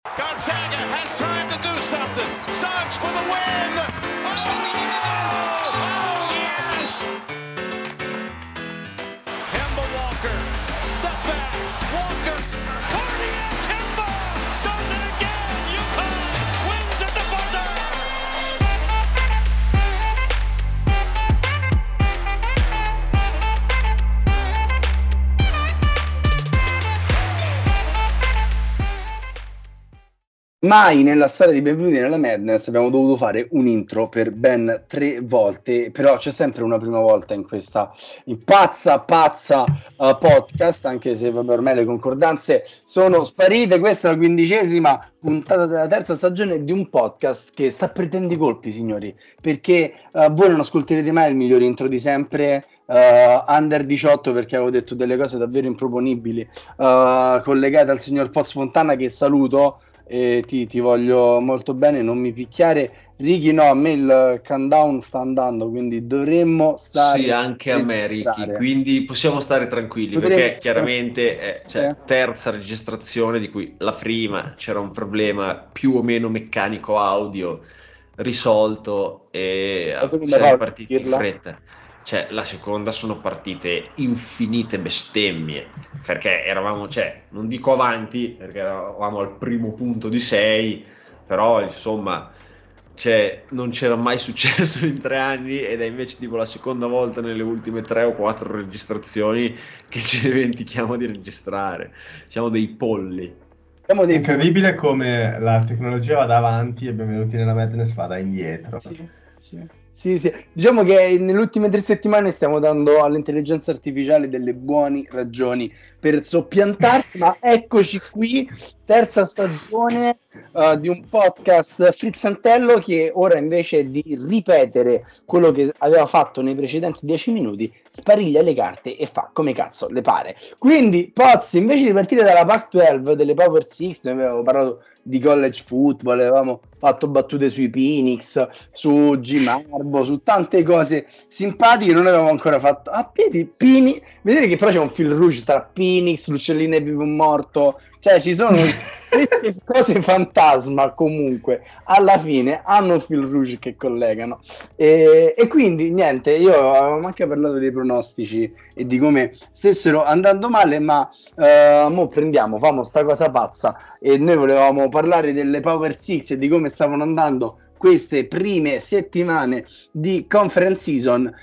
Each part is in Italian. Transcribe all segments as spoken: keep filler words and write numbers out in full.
Gonzaga has time to do something. Suggs for the win. Oh, yes! Oh, yes! Kemba Walker, step back. Walker, Cardiac Kemba does it again. UConn wins at the buzzer. Mai nella storia di Benvenuti nella Madness abbiamo dovuto fare un intro per ben tre volte, però c'è sempre una prima volta in questa in pazza, pazza uh, podcast, anche se vabbè, ormai le concordanze sono sparite. Questa è la quindicesima puntata della terza stagione di un podcast che sta prendendo i colpi, signori, perché uh, voi non ascolterete mai il miglior intro di sempre, uh, under diciotto, perché avevo detto delle cose davvero improponibili, uh, collegate al signor Poz Fontana, che saluto. E ti, ti voglio molto bene, non mi picchiare. Ricky, no, a me il countdown sta andando, quindi dovremmo stare Sì, anche a me, Ricky, registrare. quindi possiamo stare tranquilli Potremmo perché stare... chiaramente è Sì. cioè, terza registrazione di cui la prima c'era un problema più o meno meccanico audio risolto e La ah, seconda si è Paolo, ripartiti in dirla. fretta. Cioè, la seconda sono partite infinite bestemmie perché eravamo, cioè, non dico avanti perché eravamo al primo punto di sei, però insomma. Cioè, non c'era mai successo in tre anni ed è invece tipo la seconda volta nelle ultime tre o quattro registrazioni che ci dimentichiamo di registrare. Siamo dei polli. Siamo È dei polli. incredibile come la tecnologia vada avanti e Benvenuti nella Madness vada indietro. Sì, sì, sì, sì. Diciamo che nelle ultime tre settimane stiamo dando all'intelligenza artificiale delle buone ragioni per soppiantarci, ma eccoci qui, terza stagione uh, di un podcast frizzantello che ora invece di ripetere quello che aveva fatto nei precedenti dieci minuti, spariglia le carte e fa come cazzo le pare. Quindi, Poz, invece di partire dalla Pac dodici, delle Power sei, noi avevamo parlato di college football, avevamo fatto battute sui Phoenix, su G Marbo, su tante cose simpatiche. Non avevamo ancora fatto a piedi Pini. Vedete che però c'è un fil rouge tra Phoenix, l'uccellino è vivo o morto, cioè ci sono queste cose fantasma, comunque alla fine hanno un fil rouge che collegano. E, e quindi niente, io avevo anche parlato dei pronostici e di come stessero andando male, ma eh, mo prendiamo, famo sta cosa pazza e noi volevamo parlare delle Power Six e di come stavano andando queste prime settimane di conference season.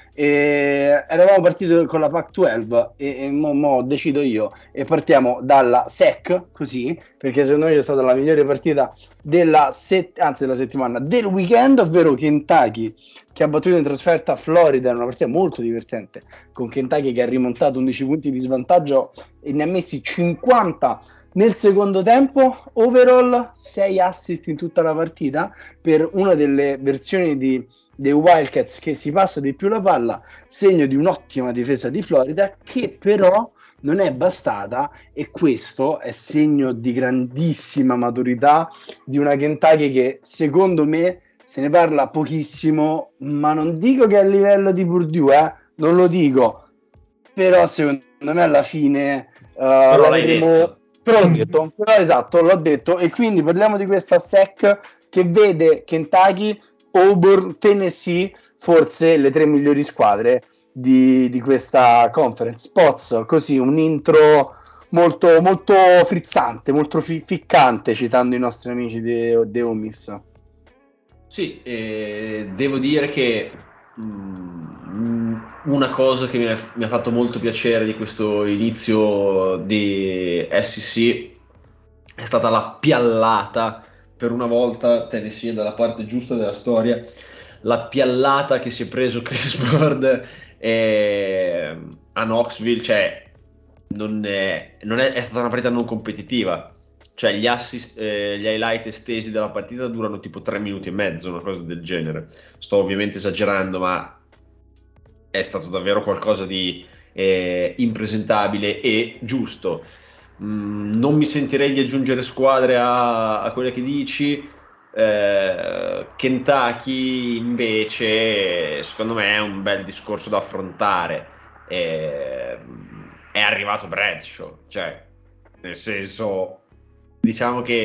E eravamo partiti con la Pac dodici e, e mo, mo decido io e partiamo dalla S E C, così, perché secondo me è stata la migliore partita della, set- anzi, della settimana, del weekend, ovvero Kentucky che ha battuto in trasferta Florida in una partita molto divertente, con Kentucky che ha rimontato undici punti di svantaggio e ne ha messi cinquanta nel secondo tempo. Overall sei assist in tutta la partita per una delle versioni di, dei Wildcats che si passa di più la palla, segno di un'ottima difesa di Florida che però non è bastata, e questo è segno di grandissima maturità di una Kentucky che secondo me se ne parla pochissimo, ma non dico che è a livello di Purdue, eh? Non lo dico, però secondo me alla fine uh, Però la l'hai vedremo. detto. Però l'ho detto, però esatto, l'ho detto. E quindi parliamo di questa S E C che vede Kentucky, Auburn, Tennessee, forse le tre migliori squadre di, di questa conference. Poz, così un intro molto, molto frizzante, molto fi- ficcante, citando i nostri amici di The Omis. Sì, eh, devo dire che mm, una cosa che mi ha, mi ha fatto molto piacere di questo inizio di S E C è stata la piallata, per una volta Tennessee è dalla parte giusta della storia, la piallata che si è preso Chris Bird eh, a Knoxville, cioè non è, non è, è stata una partita non competitiva. Cioè gli assist, eh, gli highlight estesi della partita durano tipo tre minuti e mezzo, una cosa del genere. Sto ovviamente esagerando, ma è stato davvero qualcosa di eh, impresentabile e giusto. Mm, non mi sentirei di aggiungere squadre a, a quelle che dici. Eh, Kentucky invece, secondo me, è un bel discorso da affrontare. Eh, è arrivato Bradshaw, cioè, nel senso, diciamo che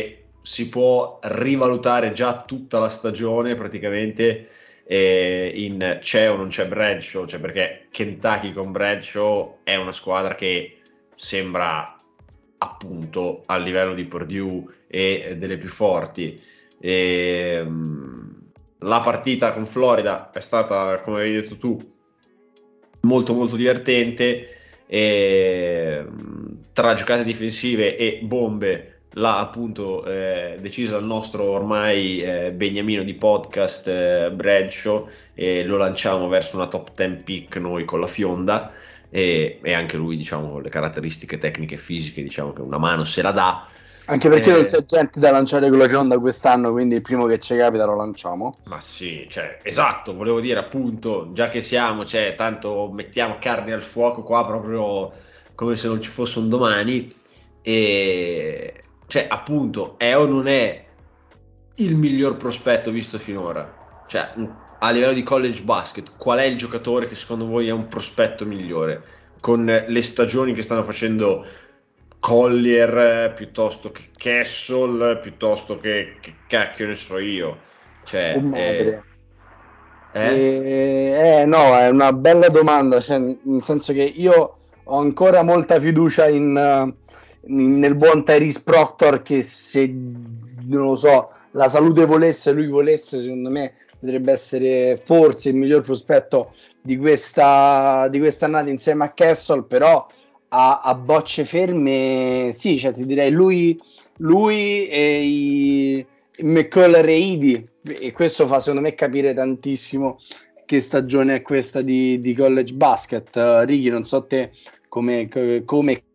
si può rivalutare già tutta la stagione praticamente eh, in c'è o non c'è Bradshaw, cioè perché Kentucky con Bradshaw è una squadra che sembra appunto a livello di Purdue e delle più forti. E, mh, la partita con Florida è stata, come hai detto tu, molto molto divertente, e, mh, tra giocate difensive e bombe l'ha appunto eh, decisa il nostro ormai eh, beniamino di podcast eh, Bradshaw, e lo lanciamo verso una top dieci pick noi con la fionda, e, e anche lui, diciamo, le caratteristiche tecniche e fisiche, diciamo che una mano se la dà. Anche perché non Eh, c'è gente da lanciare con la fionda quest'anno, quindi il primo che ci capita lo lanciamo. ma sì, cioè, esatto, volevo dire appunto, già che siamo, cioè, tanto mettiamo carne al fuoco qua proprio come se non ci fosse un domani, e cioè, appunto, è o non è il miglior prospetto visto finora? Cioè, a livello di college basket, qual è il giocatore che secondo voi è un prospetto migliore? Con le stagioni che stanno facendo Collier, eh, piuttosto che Kessel, piuttosto che, che cacchio ne so io. Oh Cioè, eh, madre. eh? E, eh, no, è una bella domanda, cioè, nel senso che io ho ancora molta fiducia in, eh, in- nel buon Tyrese Proctor, che se, non lo so, la salute volesse, lui volesse, secondo me potrebbe essere forse il miglior prospetto di questa, di questa annata insieme a Kessel, però a, a bocce ferme, sì, cioè, ti direi lui, lui e i McCullough e Idi, e questo fa secondo me capire tantissimo che stagione è questa di, di college basket. Uh, Ricky, non so te come, come...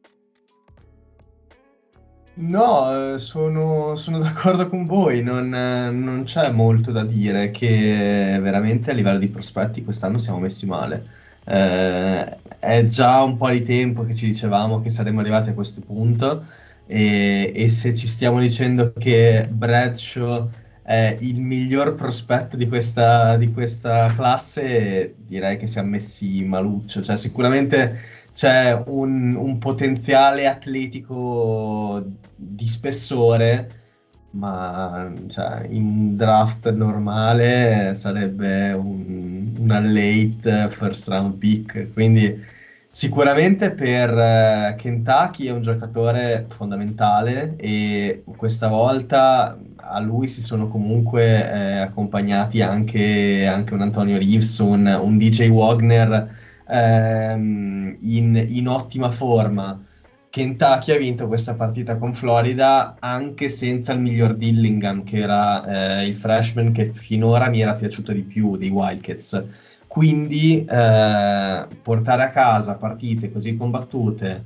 No, eh, sono, sono d'accordo con voi, non, eh, non c'è molto da dire, che veramente a livello di prospetti quest'anno siamo messi male. Eh, è già un po' di tempo che ci dicevamo che saremmo arrivati a questo punto, e, e se ci stiamo dicendo che Bradshaw è il miglior prospetto di questa, di questa classe, direi che siamo messi maluccio. Cioè, sicuramente c'è un, un potenziale atletico di spessore, ma cioè, in draft normale sarebbe un, una late first round pick. Quindi sicuramente per eh, Kentucky è un giocatore fondamentale, e questa volta a lui si sono comunque eh, accompagnati anche, anche un Antonio Reeves, un, un D J Wagner ehm, in, in ottima forma. Kentucky ha vinto questa partita con Florida anche senza il miglior Dillingham, che era eh, il freshman che finora mi era piaciuto di più dei Wildcats. Quindi eh, portare a casa partite così combattute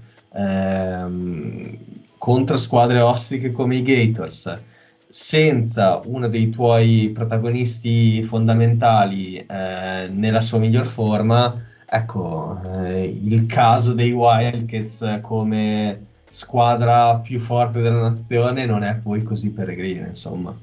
ehm, contro squadre ostiche come i Gators, senza uno dei tuoi protagonisti fondamentali eh, nella sua miglior forma, ecco, eh, il caso dei Wildcats come squadra più forte della nazione non è poi così peregrino, insomma.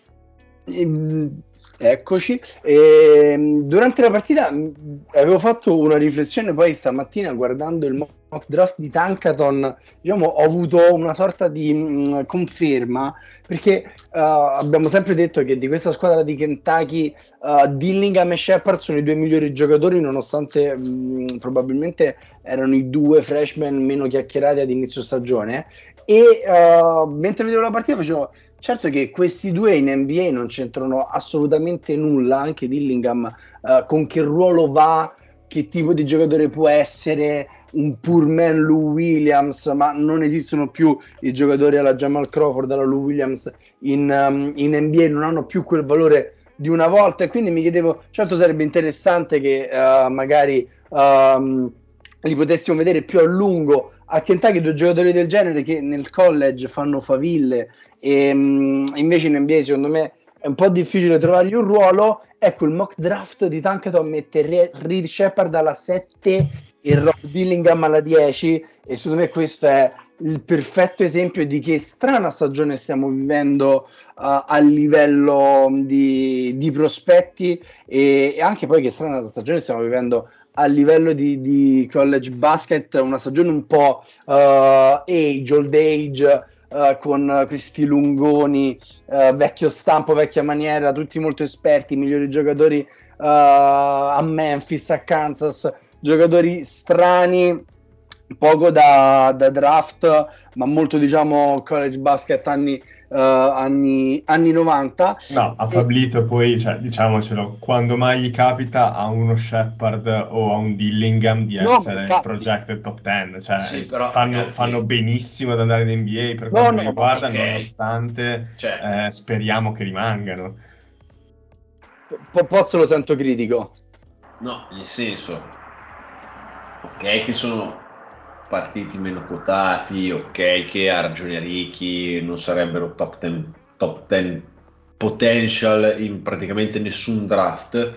Ehm, Eccoci. Ehm, durante la partita mh, avevo fatto una riflessione, poi stamattina guardando il mock draft di Tankaton, diciamo, ho avuto una sorta di mh, conferma, perché eh, abbiamo sempre detto che di questa squadra di Kentucky eh, Dillingham e Shepard sono i due migliori giocatori, nonostante mh, probabilmente erano i due freshman meno chiacchierati ad inizio stagione. E eh, mentre vedevo la partita facevo: certo che questi due in N B A non c'entrano assolutamente nulla, anche Dillingham, eh, con che ruolo va, che tipo di giocatore può essere un poor man Lou Williams, ma non esistono più i giocatori alla Jamal Crawford, alla Lou Williams in, um, in N B A, non hanno più quel valore di una volta, e quindi mi chiedevo, certo sarebbe interessante che uh, magari um, li potessimo vedere più a lungo a Kentucky, due giocatori del genere che nel college fanno faville, e mh, invece in N B A secondo me è un po' difficile trovargli un ruolo. Ecco, il mock draft di Tankaton mette Re- Reed Shepard alla sette e Rob Dillingham alla dieci, e secondo me questo è il perfetto esempio di che strana stagione stiamo vivendo uh, a livello di, di prospetti, e, e anche poi che strana stagione stiamo vivendo a livello di, di college basket, una stagione un po' uh, age, old age, uh, con questi lungoni, uh, vecchio stampo, vecchia maniera, tutti molto esperti, i migliori giocatori uh, a Memphis, a Kansas, giocatori strani, poco da, da draft, ma molto diciamo college basket anni, uh, anni, anni novanta. No, a E- Pablito poi, cioè, diciamocelo, quando mai gli capita a uno Shepard o a un Dillingham di no, ma essere infatti, projected top dieci, cioè Sì, però fanno, ragazzi, fanno benissimo ad andare in N B A per no, quanto mi no, ma riguarda, ok, nonostante cioè, eh, speriamo che rimangano. Po- Pozzo lo sento critico. no, nel senso, ok che sono partiti meno quotati, ok che ha ragione Ricky, non sarebbero top dieci, top dieci potential in praticamente nessun draft,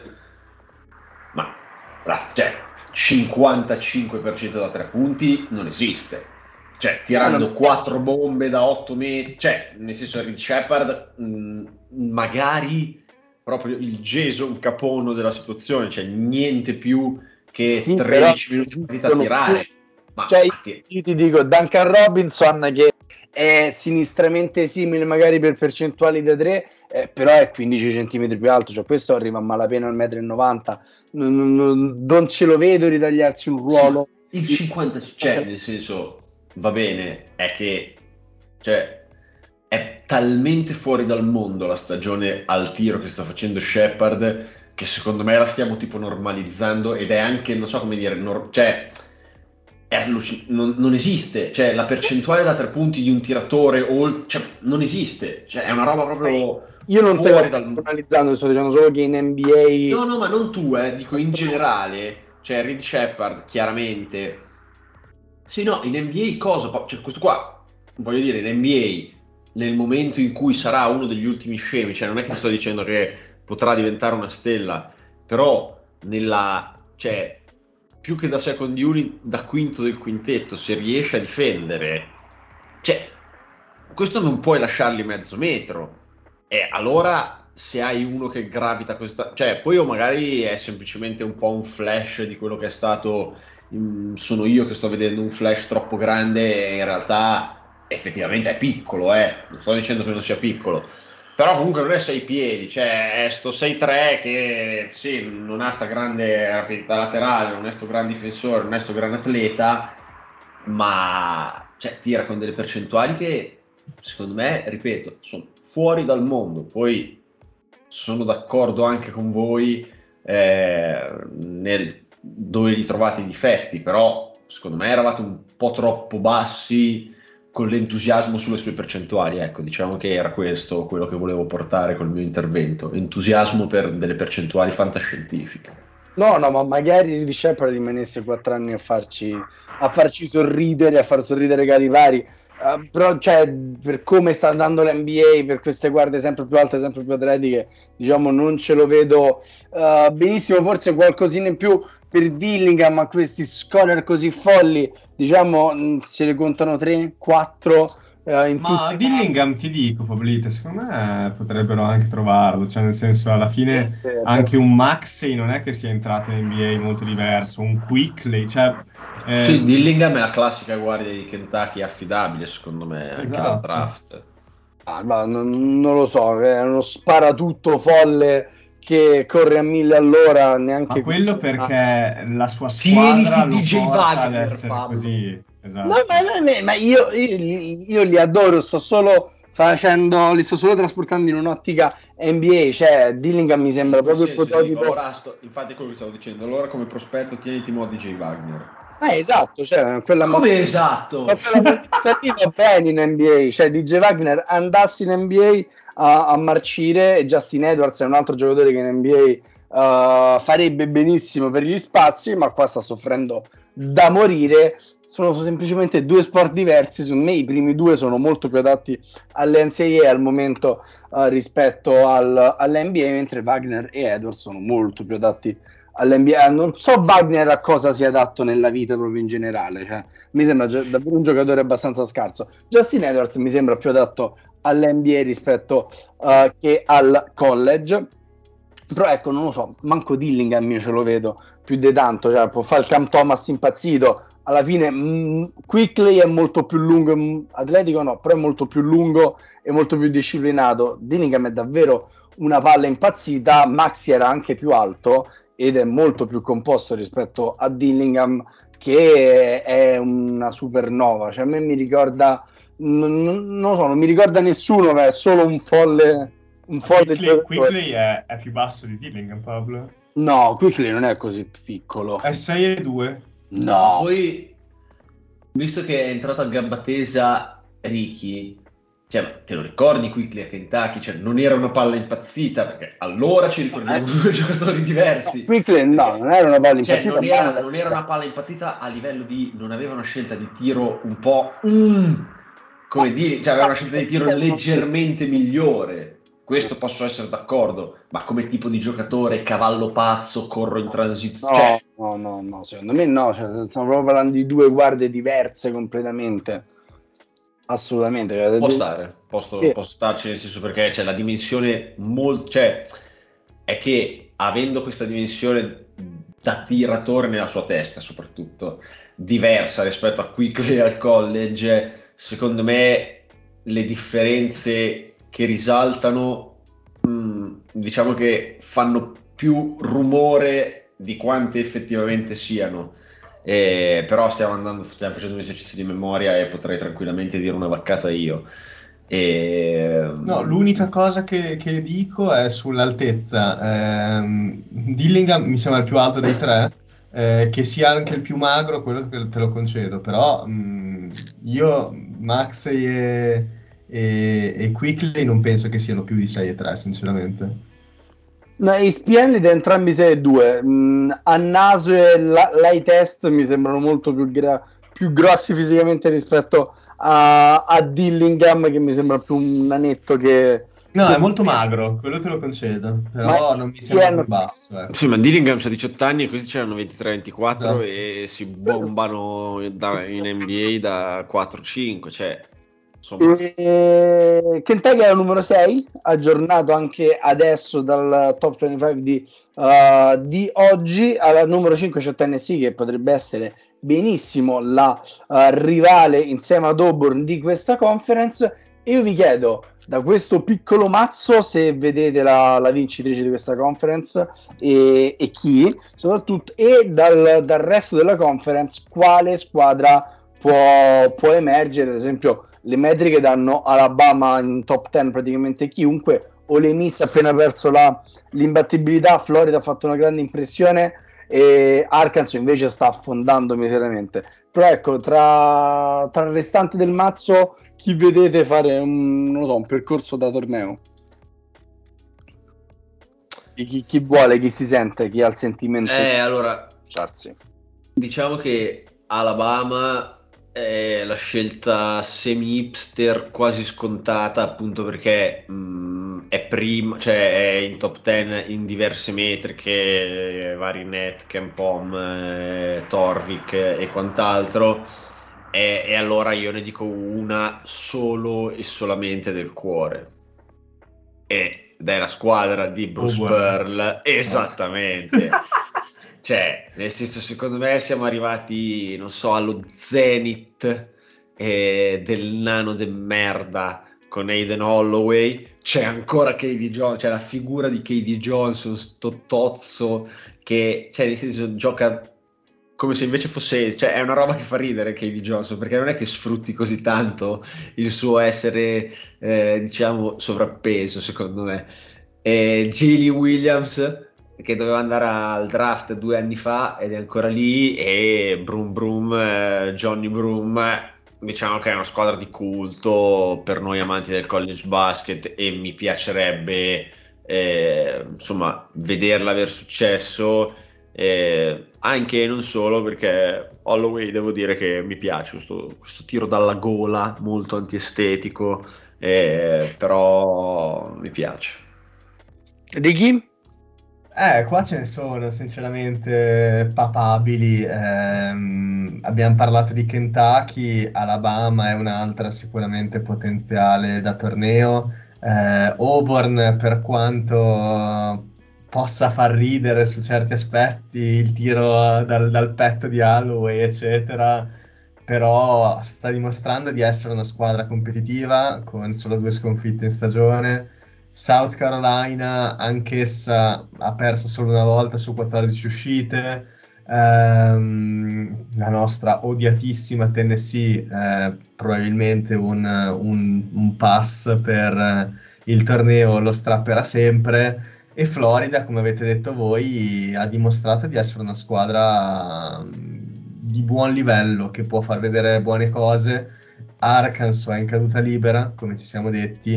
ma la, cioè, cinquantacinque per cento da tre punti non esiste. Cioè, No, non tirando quattro bombe da otto metri, cioè, nel senso, Reed Shepard, mh, magari proprio il Jason Capono della situazione, cioè niente più che sì, però tredici minuti di partita a esistono più. tirare, ma Cioè, a tir- io ti dico, Duncan Robinson che è sinistramente simile magari per percentuali da tre, eh, però è quindici centimetri più alto, cioè questo arriva a malapena al metro e novanta. Non, non- non- non ce lo vedo ritagliarsi un sì, ma ruolo. il cinquanta, cioè, nel senso, va bene, è che, cioè, è talmente fuori dal mondo la stagione al tiro che sta facendo Shepard che secondo me la stiamo tipo normalizzando ed è anche, non so come dire, nor- cioè, è allucin- non, non esiste, cioè, la percentuale da tre punti di un tiratore, ol- cioè, non esiste, cioè, è una roba proprio Io non te la fuori sto dal... analizzando, sto dicendo solo che in N B No, no, ma non tu, eh, dico in A. generale, cioè Reed Shepard chiaramente. Sì, no, in N B A cosa? Pa- Cioè, questo qua, voglio dire, in N B A, nel momento in cui sarà uno degli ultimi scemi, cioè non è che ti sto dicendo che potrà diventare una stella, però nella, cioè, più che da second unit, da quinto del quintetto, se riesce a difendere, cioè, questo non puoi lasciargli mezzo metro. E allora, se hai uno che gravita questa, cioè, poi o magari è semplicemente un po' un flash di quello che è stato, mm, sono io che sto vedendo un flash troppo grande e in realtà effettivamente è piccolo, eh. Non sto dicendo che non sia piccolo, però comunque non è sei piedi, cioè è sto sei tre che sì, non ha sta grande rapidità laterale, non è sto gran difensore, non è sto gran atleta, ma cioè, tira con delle percentuali che secondo me, ripeto, sono fuori dal mondo. Poi sono d'accordo anche con voi eh, nel dove li trovate i difetti, però secondo me eravate un po' troppo bassi con l'entusiasmo sulle sue percentuali. Ecco, diciamo che era questo quello che volevo portare col mio intervento, entusiasmo per delle percentuali fantascientifiche. No, no, ma magari di Shepard rimanesse quattro anni a farci, a farci sorridere, a far sorridere Calivari. Eh, però, cioè, per come sta andando l'N B A, per queste guardie sempre più alte, sempre più atletiche, diciamo, non ce lo vedo eh, benissimo. Forse qualcosina in più per Dillingham, ma questi scorer così folli, diciamo, mh, se ne contano tre, quattro in Ma tutti. Dillingham ti dico, Pablito, secondo me potrebbero anche trovarlo, cioè nel senso alla fine Eh, anche un Maxey non è che sia entrato in N B A molto diverso, un Quickly, cioè Sì, ehm, Dillingham è la classica guardia di Kentucky affidabile, secondo me, anche dal esatto. draft. Ah, ma non, non lo so, è uno sparatutto folle che corre a mille all'ora, Ma neanche quello qui. perché la sua squadra Tieniti lo D J porta ad Wagner, essere Pablo. così, No, ma, esatto. ma- ma io, io, li io li adoro, sto solo facendo, li sto solo trasportando in un'ottica N B A, cioè Dillingham mi In sembra quel proprio il senso io dico, prototipo. allora, sto, infatti è quello che stavo dicendo, allora come prospetto tieniti mo' D J Wagner. Eh, esatto, cioè quella, ma Come esatto? quella movenza lì va bene in N B A, cioè D J Wagner andasse in N B A a, a marcire e Justin Edwards è un altro giocatore che in N B A uh, farebbe benissimo per gli spazi, ma qua sta soffrendo da morire. Sono semplicemente due sport diversi. Secondo me i primi due sono molto più adatti all'N C A A al momento uh, rispetto al, all'N B A, mentre Wagner e Edwards sono molto più adatti all'N B A. Non so Wagner a cosa sia adatto nella vita proprio in generale, cioè, mi sembra gi- davvero un giocatore abbastanza scarso. Justin Edwards mi sembra più adatto all'N B A rispetto uh, che al college, però ecco, non lo so, manco Dillingham io ce lo vedo più di tanto, cioè può fare il Cam Thomas impazzito, alla fine mh, Quickley è molto più lungo, mh, atletico no, però è molto più lungo e molto più disciplinato. Dillingham è davvero una palla impazzita. Maxi era anche più alto ed è molto più composto rispetto a Dillingham, che è una supernova. Cioè, a me mi ricorda, non, non lo so, non mi ricorda nessuno, ma è solo un folle, un folle Quickly, giocatore. Quickly è, è più basso di Dillingham, Pablo. No, Quickly non è così piccolo. È sei e due. Ma No, poi, visto che è entrato a gamba tesa Ricky, cioè, te lo ricordi Quickly a Kentucky? Cioè, non era una palla impazzita, perché allora ci ricordiamo eh, due giocatori no, diversi. Quickly no, Perché, non era una palla cioè, impazzita, non ma era, era non era una palla impazzita a livello di... non aveva una scelta di tiro un po'... mm, come dire, cioè aveva una scelta di tiro leggermente migliore. Questo posso essere d'accordo, ma come tipo di giocatore, cavallo pazzo, corro in transizione, No, cioè... no, no, no, secondo me no, cioè, stiamo proprio parlando di due guardie diverse completamente, assolutamente. Cioè, Può de- stare, posso, de- posso starci nel senso perché c'è la dimensione molto, cioè è che avendo questa dimensione da tiratore nella sua testa soprattutto, diversa rispetto a Quickly al college, secondo me le differenze che risaltano, mh, diciamo che fanno più rumore di quante effettivamente siano. Eh, però stiamo andando, stiamo facendo un esercizio di memoria e potrei tranquillamente dire una vaccata io. E, No, l'unica cosa che, che dico è sull'altezza. Ehm, Dillingham mi sembra il più alto dei tre, eh, che sia anche il più magro, quello che te lo concedo, però mh, io, Max e, e, e Quickly non penso che siano più di sei e tre, sinceramente. no, i spielli da entrambi sei e due, mh, a naso e la- l'eye test mi sembrano molto più, gra- più grossi fisicamente rispetto a, a Dillingham, che mi sembra più un nanetto che, No, che è molto spezza. magro, quello te lo concedo, Ma però non mi sì, sembra hanno più basso, sì, ecco. ma Dillingham ha diciotto anni e questi c'erano ventitré ventiquattro Esatto. e si bombano da- in N B A da quattro cinque, cioè, insomma, E Kentucky è al numero sei, aggiornato anche adesso dal top venticinque di, uh, di oggi. Al numero cinque c'è Tennessee, che potrebbe essere benissimo la uh, rivale insieme ad Auburn di questa conference. E io vi chiedo, da questo piccolo mazzo, se vedete la, la vincitrice di questa conference e, e chi, soprattutto, e dal, dal resto della conference, quale squadra può, può emergere. Ad esempio, le metriche danno Alabama in top dieci praticamente chiunque. Ole Miss ha appena perso la, l'imbattibilità, Florida ha fatto una grande impressione e Arkansas invece sta affondando miseramente. Però ecco, tra, tra il restante del mazzo, chi vedete fare un, non lo so, un percorso da torneo? Chi, chi vuole, chi si sente, chi ha il sentimento di eh, allora, lanciarsi. diciamo che Alabama è la scelta semi-hipster quasi scontata, appunto perché mh, è prima, cioè è in top dieci in diverse metriche, vari net, Kempom, eh, Torvik e quant'altro. E, e allora io ne dico una solo e solamente del cuore. Ed è la squadra di Bruce Auburn. Pearl, esattamente. Cioè, nel senso, secondo me siamo arrivati, non so, allo zenith eh, del nano de merda con Aiden Holloway. C'è ancora K D Johnson, c'è la figura di K D Johnson, sto tozzo che, cioè, nel senso, gioca come se invece fosse, cioè, è una roba che fa ridere K D Johnson, perché non è che sfrutti così tanto il suo essere, eh, diciamo, sovrappeso, secondo me. E Jalen Williams, che doveva andare al draft due anni fa ed è ancora lì, e Broom Broom, eh, Johnny Broom, diciamo che è una squadra di culto per noi amanti del college basket e mi piacerebbe, eh, insomma, vederla aver successo, eh, anche e non solo perché Holloway devo dire che mi piace questo, questo tiro dalla gola molto antiestetico, eh, però mi piace. Ricky? Eh, qua ce ne sono sinceramente papabili. Ehm, abbiamo parlato di Kentucky, Alabama è un'altra sicuramente potenziale da torneo. Eh, Auburn, per quanto possa far ridere su certi aspetti, il tiro dal, dal petto di Holloway, eccetera, però sta dimostrando di essere una squadra competitiva con solo due sconfitte in stagione. South Carolina, anch'essa, ha perso solo una volta su quattordici uscite. Ehm, la nostra odiatissima Tennessee, eh, probabilmente un, un, un pass per eh, il torneo lo strapperà sempre. E Florida, come avete detto voi, ha dimostrato di essere una squadra mm, di buon livello, che può far vedere buone cose. Arkansas è in caduta libera, come ci siamo detti.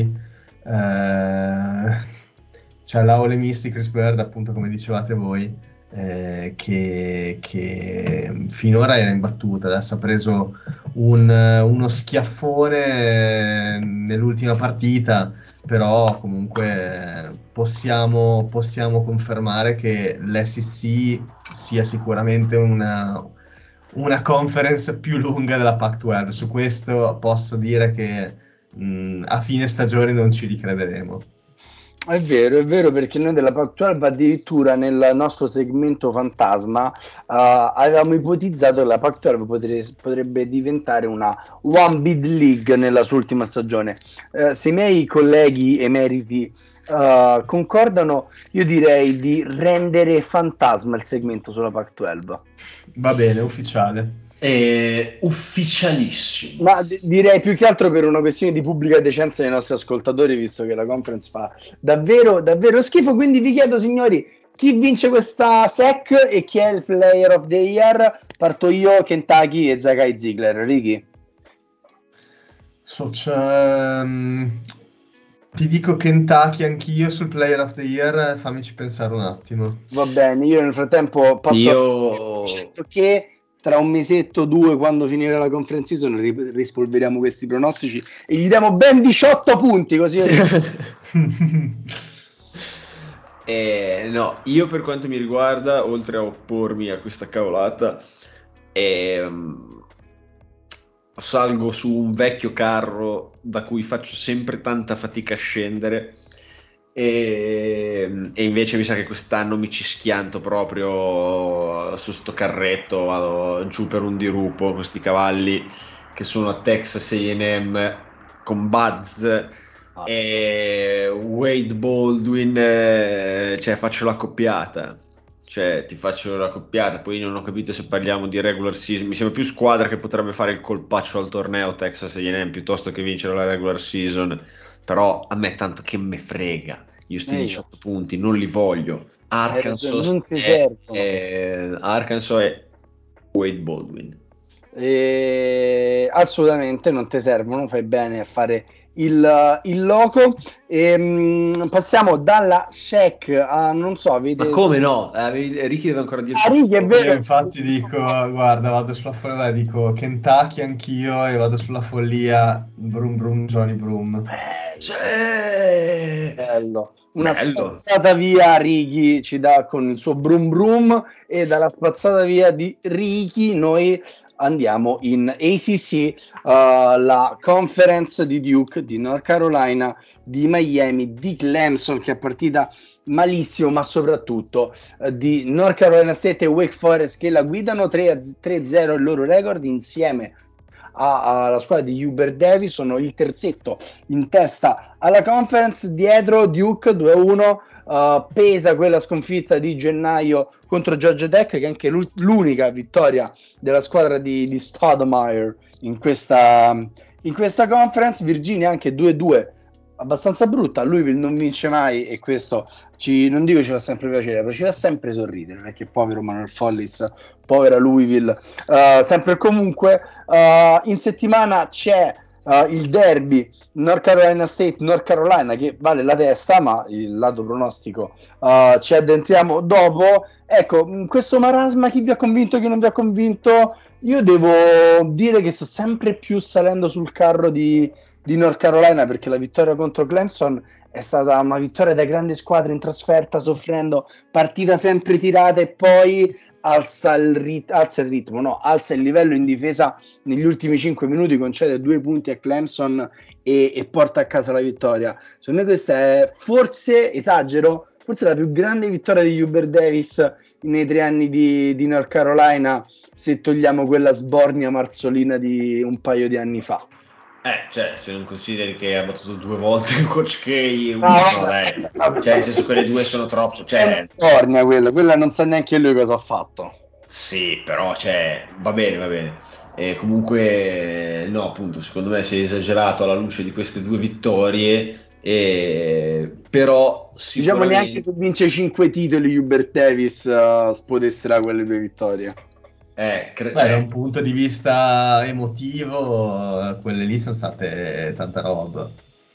Eh, c'è la Ole Miss di Chris Bird, appunto, come dicevate voi, eh, che, che finora era imbattuta. Adesso ha preso un- uno schiaffone nell'ultima partita, però comunque eh, possiamo, possiamo confermare che l'S E C sia sicuramente una, una conference più lunga della Pac dodici. Su questo posso dire che mh, a fine stagione non ci ricrederemo. È vero, è vero, perché noi della Pac dodici addirittura nel nostro segmento fantasma eh, avevamo ipotizzato che la Pac dodici potre- potrebbe diventare una One Bid League nella sua ultima stagione. Eh, se i miei colleghi emeriti eh, concordano, io direi di rendere fantasma il segmento sulla Pac dodici. Va bene, ufficiale. È ufficialissimo. Ma d- direi più che altro per una questione di pubblica decenza dei nostri ascoltatori, visto che la conference fa davvero, davvero schifo. Quindi vi chiedo, signori, chi vince questa S E C e chi è il Player of the Year? Parto io, Kentucky e Zakai Ziegler. Ricky? So, c'è, mm, ti dico Kentucky anch'io sul Player of the Year, fammici pensare un attimo. Va bene, io nel frattempo passo a Io dicendo che tra un mesetto o due, quando finirà la conference season, ri- rispolveriamo questi pronostici e gli diamo ben diciotto punti, così io Eh, no, io per quanto mi riguarda, oltre a oppormi a questa cavolata, ehm, salgo su un vecchio carro da cui faccio sempre tanta fatica a scendere e, e invece mi sa che quest'anno mi ci schianto proprio su sto carretto, vado giù per un dirupo con questi cavalli che sono a Texas A and M con Buzz e Wade Baldwin, eh, cioè faccio la coppiata. Cioè, ti faccio la coppiata, poi non ho capito se parliamo di regular season. Mi sembra più squadra che potrebbe fare il colpaccio al torneo Texas A and M piuttosto che vincere la regular season. Però a me tanto che me frega. Io sti Eh, diciotto punti non li voglio. hai ragione, Arkansas non ti è, servono. è- Arkansas è Wade Baldwin. E assolutamente non ti servono, fai bene a fare il, il loco. E, mm, passiamo dalla S E C a non so, Ma avete. come no? Eh, Ricky deve ancora Ah, dirci Ricky, è Io vero. infatti dico, guarda, vado sulla follia, dico Kentucky anch'io e vado sulla follia Brum Brum Johnny Brum. Sì! Bello. Una Bello. spazzata via Ricky ci dà con il suo brum brum e dalla spazzata via di Ricky noi andiamo in A C C, uh, la conference di Duke, di North Carolina, di Miami, di Clemson che è partita malissimo, ma soprattutto eh, di North Carolina State e Wake Forest che la guidano tre a zero il loro record insieme a- alla squadra di Hubert Davis, sono il terzetto in testa alla conference, dietro Duke due a uno. Uh, pesa quella sconfitta di gennaio contro Georgia Tech, che è anche l'u- l'unica vittoria della squadra di, di Stoudemire in questa, in questa conference. Virginia anche due a due, abbastanza brutta. Louisville non vince mai e questo ci, non dico ci fa sempre piacere, però ci fa sempre sorridere, perché povero Manuel Follis, povera Louisville. Uh, sempre e comunque uh, in settimana c'è uh, il derby North Carolina State North Carolina che vale la testa, ma il lato pronostico uh, ci addentriamo dopo. Ecco, in questo marasma, chi vi ha convinto, chi non vi ha convinto? Io devo dire che sto sempre più salendo sul carro di, di North Carolina, perché la vittoria contro Clemson è stata una vittoria da grande squadra in trasferta, soffrendo, partita sempre tirata e poi alza il, rit- alza il ritmo, no, alza il livello in difesa negli ultimi cinque minuti, concede due punti a Clemson e, e porta a casa la vittoria. Secondo me questa è, forse, esagero, forse la più grande vittoria di Hubert Davis nei tre anni di, di North Carolina, se togliamo quella sbornia marzolina di un paio di anni fa. Eh, cioè, se non consideri che ha battuto due volte Coach K, uno, No, no, dai. vabbè. Cioè, nel senso, quelle due sono troppo. È una Cioè, sbornia quella, quella non sa neanche lui cosa ha fatto. sì, però, cioè, va bene, va bene. E comunque, no, appunto, secondo me si è esagerato alla luce di queste due vittorie, e... però Diciamo neanche sicuramente. se vince cinque titoli Hubert Davis uh, spodesterà quelle due vittorie. Eh, cre- Beh, da cioè, un punto di vista emotivo, eh, quelle lì sono state tanta roba.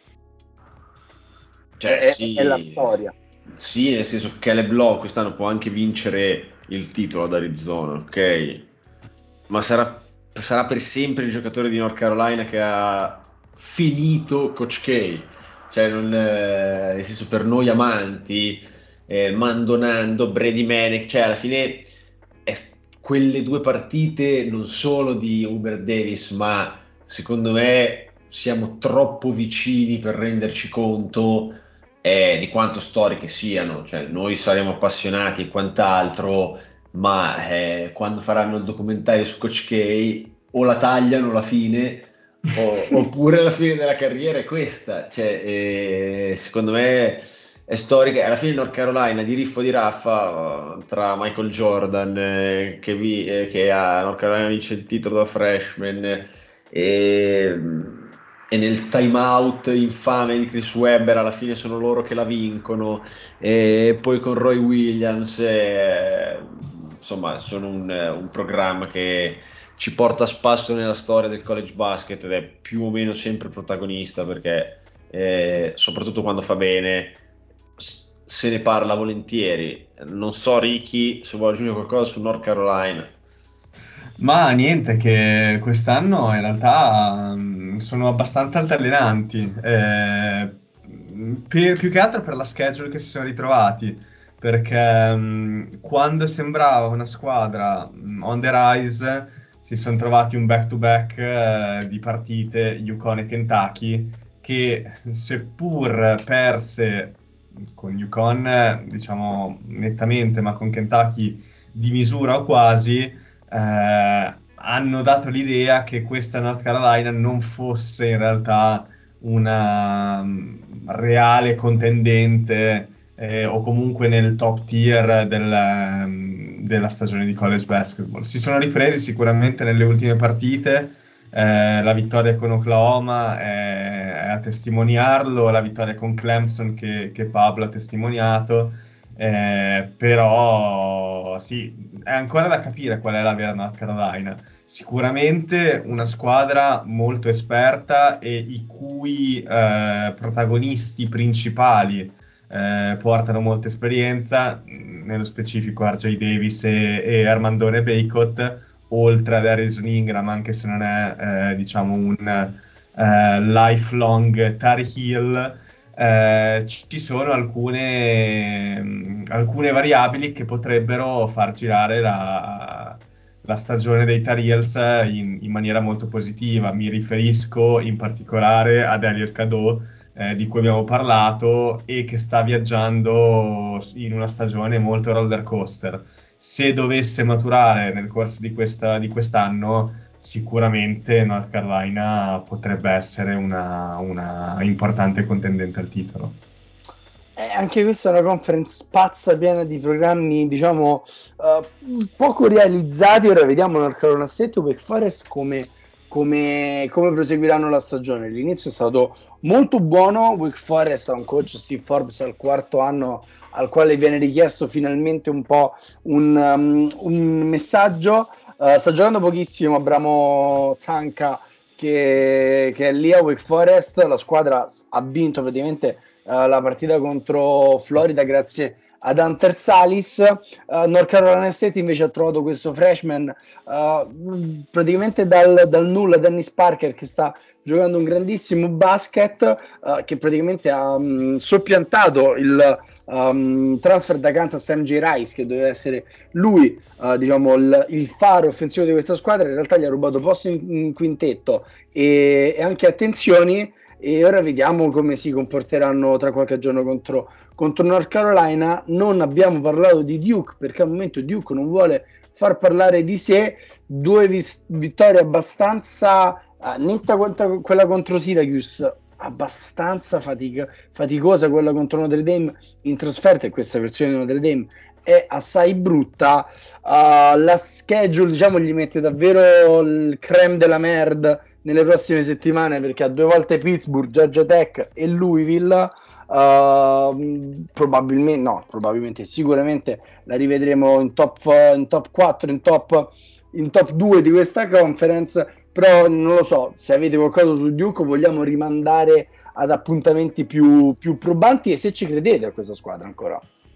È, cioè, è- è la sì, storia. sì, nel senso che Caleb Love quest'anno può anche vincere il titolo ad Arizona, ok? Ma sarà, sarà per sempre il giocatore di North Carolina che ha finito Coach K. Cioè, non, eh, nel senso, per noi amanti, eh, Mandonando, Brady Manek, cioè alla fine è- quelle due partite non solo di Hubert Davis, ma secondo me siamo troppo vicini per renderci conto eh, di quanto storiche siano. Cioè, noi saremo appassionati e quant'altro, ma eh, quando faranno il documentario su Coach K o la tagliano la fine o- oppure la fine della carriera è questa. Cioè, eh, secondo me è storica. Alla fine North Carolina di Riffo di Raffa, eh, tra Michael Jordan, eh, che, vi- eh, che a North Carolina vince il titolo da freshman, eh, e, e nel time out infame di Chris Webber alla fine sono loro che la vincono, e poi con Roy Williams, eh, insomma, sono un, un programma che ci porta a spasso nella storia del college basket ed è più o meno sempre protagonista, perché eh, soprattutto quando fa bene s- se ne parla volentieri. Non so, Ricky, se vuoi aggiungere qualcosa su North Carolina. Ma niente, che quest'anno in realtà mh, sono abbastanza altalenanti, eh, mh, per- più che altro per la schedule che si sono ritrovati, perché mh, quando sembrava una squadra mh, on the rise, si sono trovati un back-to-back eh, di partite Yukon e Kentucky, che seppur perse con Yukon, eh, diciamo nettamente, ma con Kentucky di misura o quasi, eh, hanno dato l'idea che questa North Carolina non fosse in realtà una mm, reale contendente, eh, o comunque nel top tier del, mm, della stagione di college basketball. Si sono ripresi sicuramente nelle ultime partite. Eh, la vittoria con Oklahoma è, è a testimoniarlo, la vittoria con Clemson che, che Pablo ha testimoniato. Eh, però sì, è ancora da capire qual è la vera North Carolina. Sicuramente una squadra molto esperta e i cui eh, protagonisti principali eh, portano molta esperienza, mh, nello specifico R J Davis e, e Armandone Bacot, oltre ad Harrison Ingram, anche se non è eh, diciamo un eh, lifelong Tariq Hill. Eh, ci sono alcune, mh, alcune variabili che potrebbero far girare la, la stagione dei Tar Heels in, in maniera molto positiva. Mi riferisco in particolare ad Elliot Cadeau, eh, di cui abbiamo parlato e che sta viaggiando in una stagione molto roller coaster. Se dovesse maturare nel corso di questa- di quest'anno, sicuramente North Carolina potrebbe essere una, una importante contendente al titolo. Eh, anche questa è una conference pazza, piena di programmi, diciamo, eh, poco realizzati. Ora vediamo North Carolina State e Wake Forest come, come, come proseguiranno la stagione. L'inizio è stato molto buono. Wake Forest ha un coach, Steve Forbes, al quarto anno, al quale viene richiesto finalmente un po' un, um, un messaggio. Eh, sta giocando pochissimo Abramo Zanca, che, che è lì a Wake Forest. La squadra ha vinto praticamente eh, la partita contro Florida grazie ad Hunter Salis. uh, North Carolina State invece ha trovato questo freshman uh, praticamente dal, dal nulla, Dennis Parker, che sta giocando un grandissimo basket, uh, che praticamente ha um, soppiantato il um, transfer da Kansas M J Rice, che doveva essere lui uh, diciamo il, il faro offensivo di questa squadra. In realtà gli ha rubato posto in, in quintetto e, e anche attenzioni, e ora vediamo come si comporteranno tra qualche giorno contro, contro North Carolina. Non abbiamo parlato di Duke perché al momento Duke non vuole far parlare di sé. Due vis- vittorie abbastanza uh, netta contro, quella contro Syracuse, abbastanza fatica, faticosa quella contro Notre Dame in trasferta, e questa versione di Notre Dame è assai brutta. Uh, la schedule, diciamo, gli mette davvero il creme della merde nelle prossime settimane, perché ha due volte Pittsburgh, Georgia Tech e Louisville. Uh, probabilmente no, probabilmente sicuramente la rivedremo in top, in top quattro, in top, in top due di questa conference, però non lo so, se avete qualcosa su Duke vogliamo rimandare ad appuntamenti più, più probanti, e se ci credete a questa squadra ancora.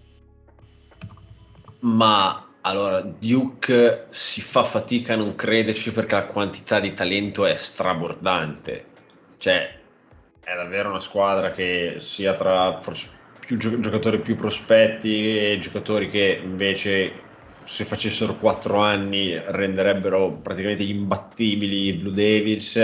Ma allora, Duke si fa fatica a non crederci perché la quantità di talento è strabordante. Cioè, è davvero una squadra che sia tra forse più gio- giocatori più prospetti e giocatori che invece, se facessero quattro anni, renderebbero praticamente imbattibili i Blue Devils.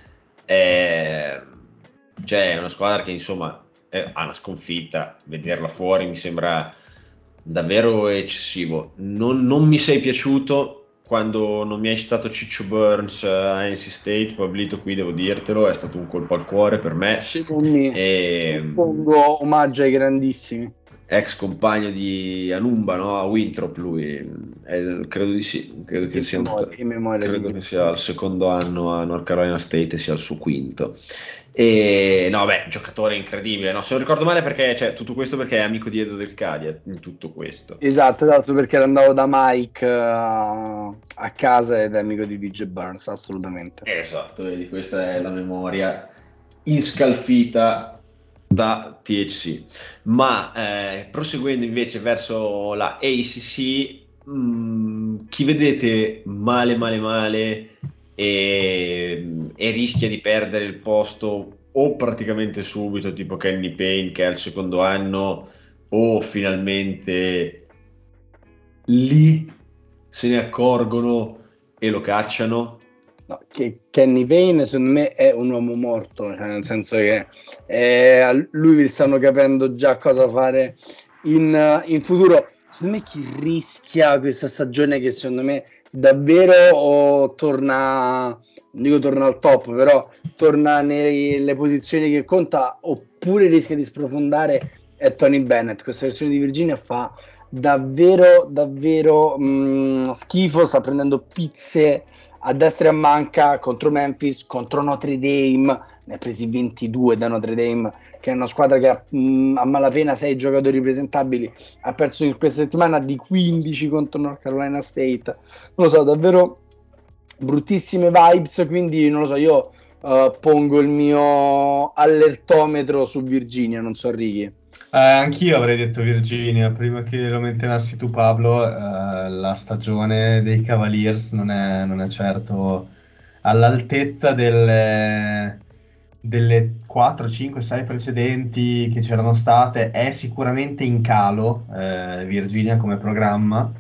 È, cioè, è una squadra che insomma è- ha una sconfitta. Vederla fuori mi sembra davvero eccessivo. Non, non mi sei piaciuto quando non mi hai citato Ciccio Burns a N C State, Pablito, qui devo dirtelo, è stato un colpo al cuore per me. E, Pongo omaggio ai grandissimi. ex compagno di Anumba, no? A Winthrop lui, è, credo di sì, credo che, In sia, memoria, in memoria credo di... che sia il secondo anno a North Carolina State e sia il suo quinto. E no, beh, giocatore incredibile, no? Se non ricordo male, perché cioè, tutto questo perché è amico di Edo Del Cadia in tutto questo. Esatto, esatto, perché andavo da Mike uh, a casa ed è amico di D J Burns, assolutamente. Esatto, vedi, questa è la memoria inscalfita da T H C. Ma eh, proseguendo invece verso la A C C, mh, chi vedete male male male e, e rischia di perdere il posto o praticamente subito, tipo Kenny Payne che è al secondo anno, o finalmente lì se ne accorgono e lo cacciano? No, che Kenny Payne secondo me è un uomo morto, cioè nel senso che eh, a lui vi stanno capendo già cosa fare in, in futuro. Secondo me chi rischia questa stagione, che secondo me davvero o torna, non dico torna al top, però torna nelle posizioni che conta, oppure rischia di sprofondare, è Tony Bennett. Questa versione di Virginia fa davvero davvero mh, schifo, sta prendendo pizze a destra e a manca contro Memphis, contro Notre Dame, ne ha presi ventidue da Notre Dame, che è una squadra che ha mh, a malapena sei giocatori presentabili, ha perso in questa settimana di quindici contro North Carolina State. Non lo so, davvero bruttissime vibes, quindi non lo so, io uh, pongo il mio allertometro su Virginia, non so Ricky. Eh, anch'io avrei detto Virginia, prima che lo menzionassi tu Pablo. Eh, la stagione dei Cavaliers non è, non è certo all'altezza delle, delle quattro, cinque, sei precedenti che c'erano state. È sicuramente in calo, eh, Virginia come programma,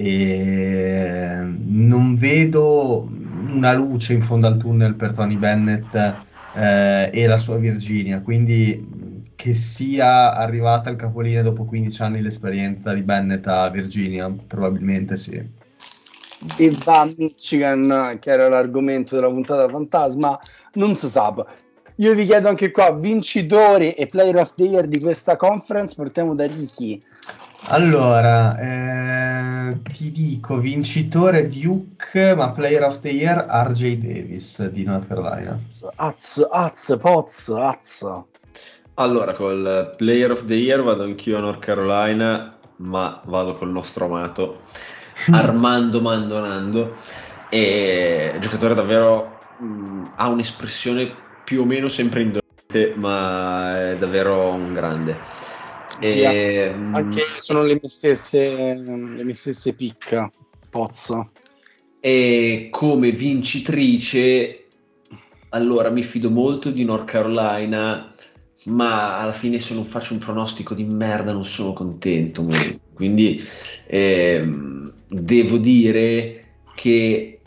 e non vedo una luce in fondo al tunnel per Tony Bennett eh, e la sua Virginia, quindi che sia arrivata al capolinea dopo quindici anni l'esperienza di Bennett a Virginia, probabilmente sì. E va a Michigan, che era l'argomento della puntata fantasma, non si sa. Io vi chiedo anche qua, vincitori e player of the year di questa conference, partiamo da Ricky. Allora, eh, ti dico vincitore Duke, ma player of the year R J Davis di North Carolina. Az, az, poz, az. Allora, col player of the year vado anch'io a North Carolina, ma vado col nostro amato Armando Mandonando, e giocatore davvero mh, ha un'espressione più o meno sempre indolente, ma è davvero un grande. Sì, E, anche sono le mie stesse, le mie stesse pick, Pozzo. e come vincitrice, allora mi fido molto di North Carolina, ma alla fine se non faccio un pronostico di merda non sono contento molto. Quindi ehm, devo dire che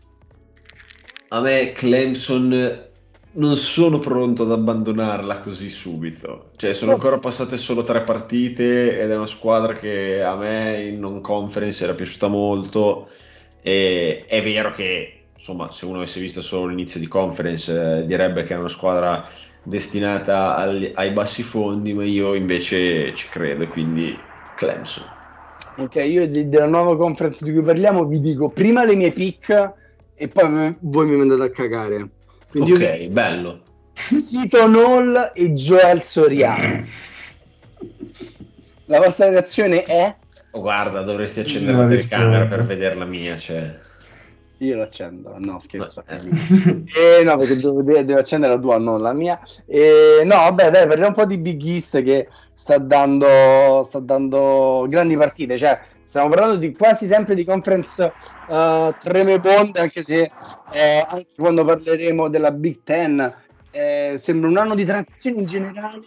a me Clemson non sono pronto ad abbandonarla così subito. Cioè, sono ancora passate solo tre partite ed è una squadra che a me in non conference era piaciuta molto. E è vero che, insomma, se uno avesse visto solo l'inizio di conference, eh, direbbe che è una squadra destinata agli- ai bassi fondi, ma io invece ci credo, e quindi Clemson. Ok, io de- della nuova conference di cui parliamo vi dico prima le mie pick e poi v- voi mi mandate a cagare. Quindi io vi Ok, dico bello. Seton Hall e Joel Soriano. La vostra reazione è? Oh, guarda, dovresti accendere la Non telecamera per rispondo. vedere la mia, cioè. Io lo accendo, no No, scherzo. eh. Eh, no, perché devo, devo accendere la tua, non la mia. Eh, no, vabbè, dai, parliamo un po' di Big East che sta dando, sta dando grandi partite. Cioè, stiamo parlando di quasi sempre di conference uh, tremebonde, anche se eh, anche quando parleremo della Big Ten eh, sembra un anno di transizione in generale.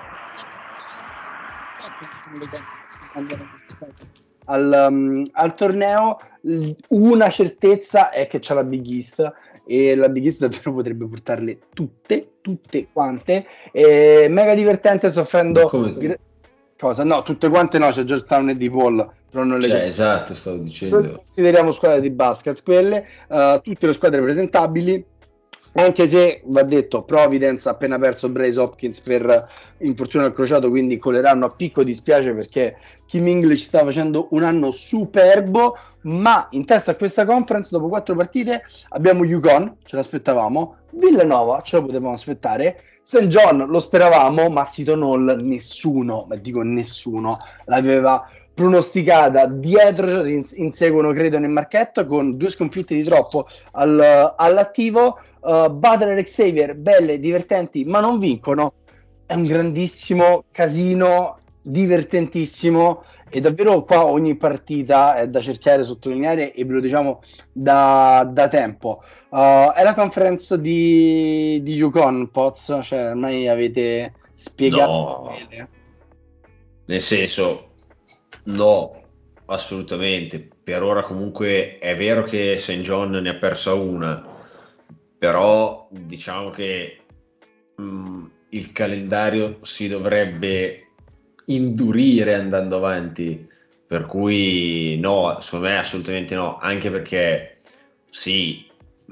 Sono le conference che cambiano rispetto al, um, al torneo. L- una certezza è che c'è la Big East e la Big East davvero potrebbe portarle tutte, tutte quante. E mega divertente, sto Ma offrendo come? gr- cosa? No, tutte quante no, c'è Georgetown e DePaul, però non le Cioè, esatto, stavo noi dicendo. consideriamo squadre di basket quelle, eh, tutte le squadre presentabili, anche se va detto Providence ha appena perso Bryce Hopkins per infortunio al crociato, quindi coleranno a picco. Dispiace perché Kim English sta facendo un anno superbo, ma in testa a questa conference dopo quattro partite abbiamo UConn, ce l'aspettavamo, Villanova ce la potevamo aspettare, Saint John lo speravamo, ma Seton Hall nessuno, ma dico nessuno, l'aveva pronosticata. Dietro inseguono credo nel marchetto con due sconfitte di troppo al, all'attivo. uh, Butler e Xavier belle, divertenti, ma non vincono. È un grandissimo casino, divertentissimo, e davvero qua ogni partita è da cercare, sottolineare, e ve lo diciamo da, da tempo. Uh, è la conference di, di UConn, Poz, cioè ormai avete spiegato No, bene. nel senso, no, assolutamente. Per ora comunque è vero che Saint John ne ha persa una, però diciamo che mh, il calendario si dovrebbe indurire andando avanti, per cui no, secondo me assolutamente no, anche perché sì,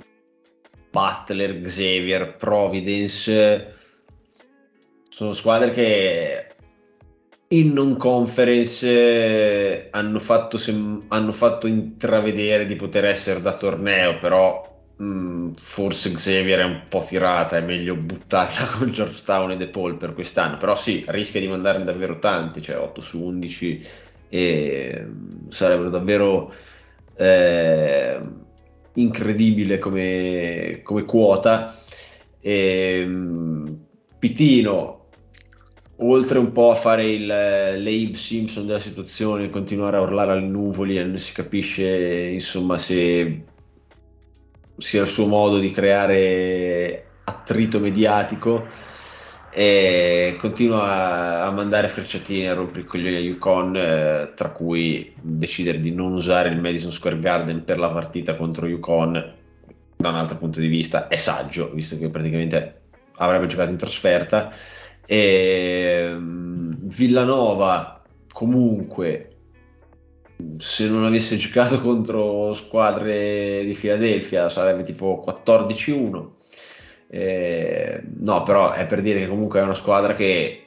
Butler, Xavier, Providence sono squadre che in non conference eh, hanno fatto, sem- hanno fatto intravedere di poter essere da torneo, però mh, forse Xavier è un po' tirata, è meglio buttarla con Georgetown e DePaul per quest'anno, però sì, rischia di mandarne davvero tanti, cioè otto su undici, e mh, sarebbero davvero eh, incredibile come, come quota. E, mh, Pitino, oltre un po' a fare il l'Abe Simpson della situazione, continuare a urlare alle nuvoli e non si capisce insomma se sia il suo modo di creare attrito mediatico, e continua a mandare frecciatine a rompere i coglioni a Yukon, eh, tra cui decidere di non usare il Madison Square Garden per la partita contro Yukon. Da un altro punto di vista è saggio, visto che praticamente avrebbe giocato in trasferta. E mm, Villanova comunque, se non avesse giocato contro squadre di Philadelphia sarebbe tipo quattordici uno. Eh, no, però è per dire che comunque è una squadra che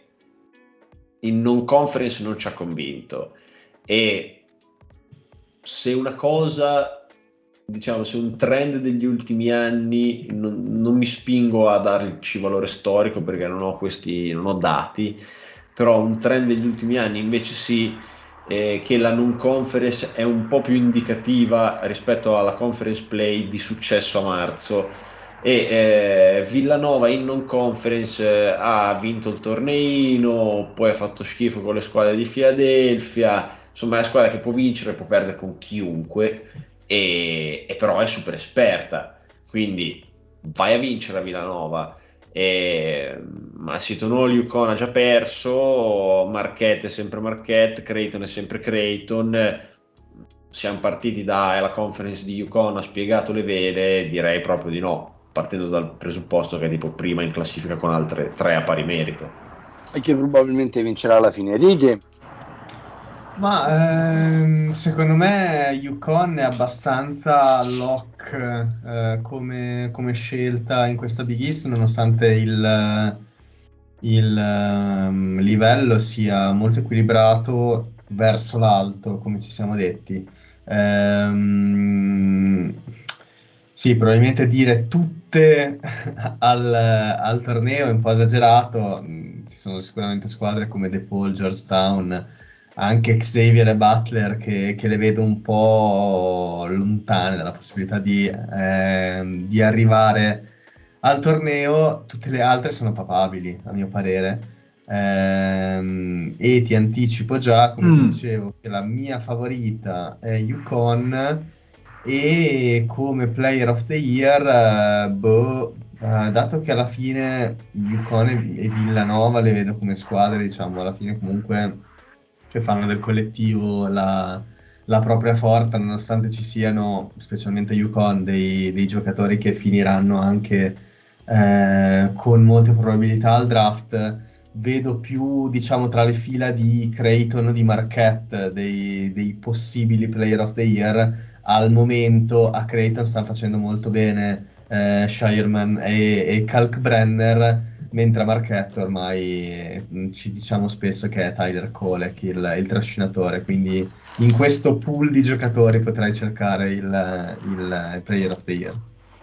in non conference non ci ha convinto, e se una cosa, diciamo, se un trend degli ultimi anni, non, non mi spingo a darci valore storico perché non ho questi, non ho dati, però un trend degli ultimi anni invece sì, eh, che la non conference è un po' più indicativa rispetto alla conference play di successo a marzo, e eh, Villanova in non conference eh, ha vinto il torneino, poi ha fatto schifo con le squadre di Philadelphia, insomma è una squadra che può vincere, può perdere con chiunque, e, e però è super esperta, quindi vai a vincere a Villanova. E, ma Seton Hall, UConn ha già perso, Marquette è sempre Marquette, Creighton è sempre Creighton. Siamo partiti dalla conference di UConn, ha spiegato le vele, direi proprio di no, partendo dal presupposto che è tipo prima in classifica con altre tre a pari merito. E che probabilmente vincerà alla fine. Righe, Ma ehm, secondo me UConn è abbastanza lock eh, come, come scelta in questa Big East, nonostante il, il ehm, livello sia molto equilibrato verso l'alto, come ci siamo detti. Ehm, sì, probabilmente dire tutte al, al torneo è un po' esagerato. Mm, Ci sono sicuramente squadre come DePaul, Georgetown, anche Xavier e Butler che, che le vedo un po' lontane dalla possibilità di, ehm, di arrivare al torneo. Tutte le altre sono papabili, a mio parere. Ehm, e ti anticipo già, come ti Mm. dicevo, che la mia favorita è UConn e come Player of the Year, eh, boh, eh, dato che alla fine UConn e, e Villanova le vedo come squadre, diciamo, alla fine comunque che fanno del collettivo la, la propria forza, nonostante ci siano, specialmente a UConn, dei, dei giocatori che finiranno anche eh, con molte probabilità al draft. Vedo più, diciamo, tra le fila di Creighton o di Marquette dei, dei possibili Player of the Year. Al momento a Creighton stanno facendo molto bene eh, Shireman e, e Kalkbrenner, mentre a Marquette ormai mh, ci diciamo spesso che è Tyler Kolek il, il trascinatore, quindi in questo pool di giocatori potrai cercare il, il Player of the Year.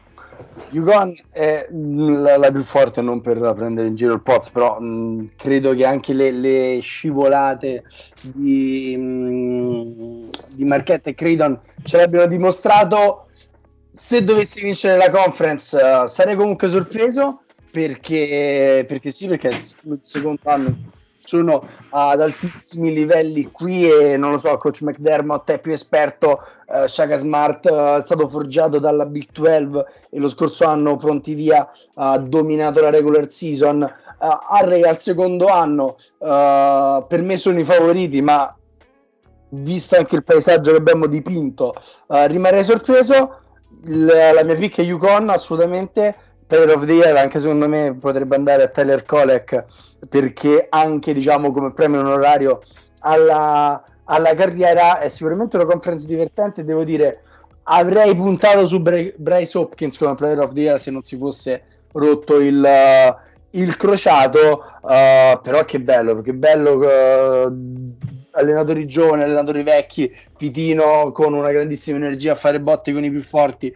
UConn è la, la più forte, non per prendere in giro il Poz, però mh, credo che anche le, le scivolate di, mh, di Marquette e Creighton ce l'abbiano dimostrato. Se dovessi vincere la conference uh, sarei comunque sorpreso perché, perché sì, perché è il secondo anno sono ad altissimi livelli qui e non lo so, coach McDermott è più esperto, uh, Shaka Smart uh, è stato forgiato dalla Big dodici e lo scorso anno pronti via ha dominato la regular season. uh, Array al secondo anno uh, per me sono i favoriti, ma visto anche il paesaggio che abbiamo dipinto uh, rimarrei sorpreso. Il, la mia pick è UConn assolutamente. Player of the Year anche secondo me potrebbe andare a Tyler Kolek, perché anche diciamo come premio onorario alla, alla carriera è sicuramente una conference divertente. Devo dire, avrei puntato su Bra- Bryce Hopkins come Player of the Year se non si fosse rotto il, uh, il crociato, uh, però che bello, che bello uh, allenatori giovani, allenatori vecchi, Pitino con una grandissima energia a fare botte con i più forti,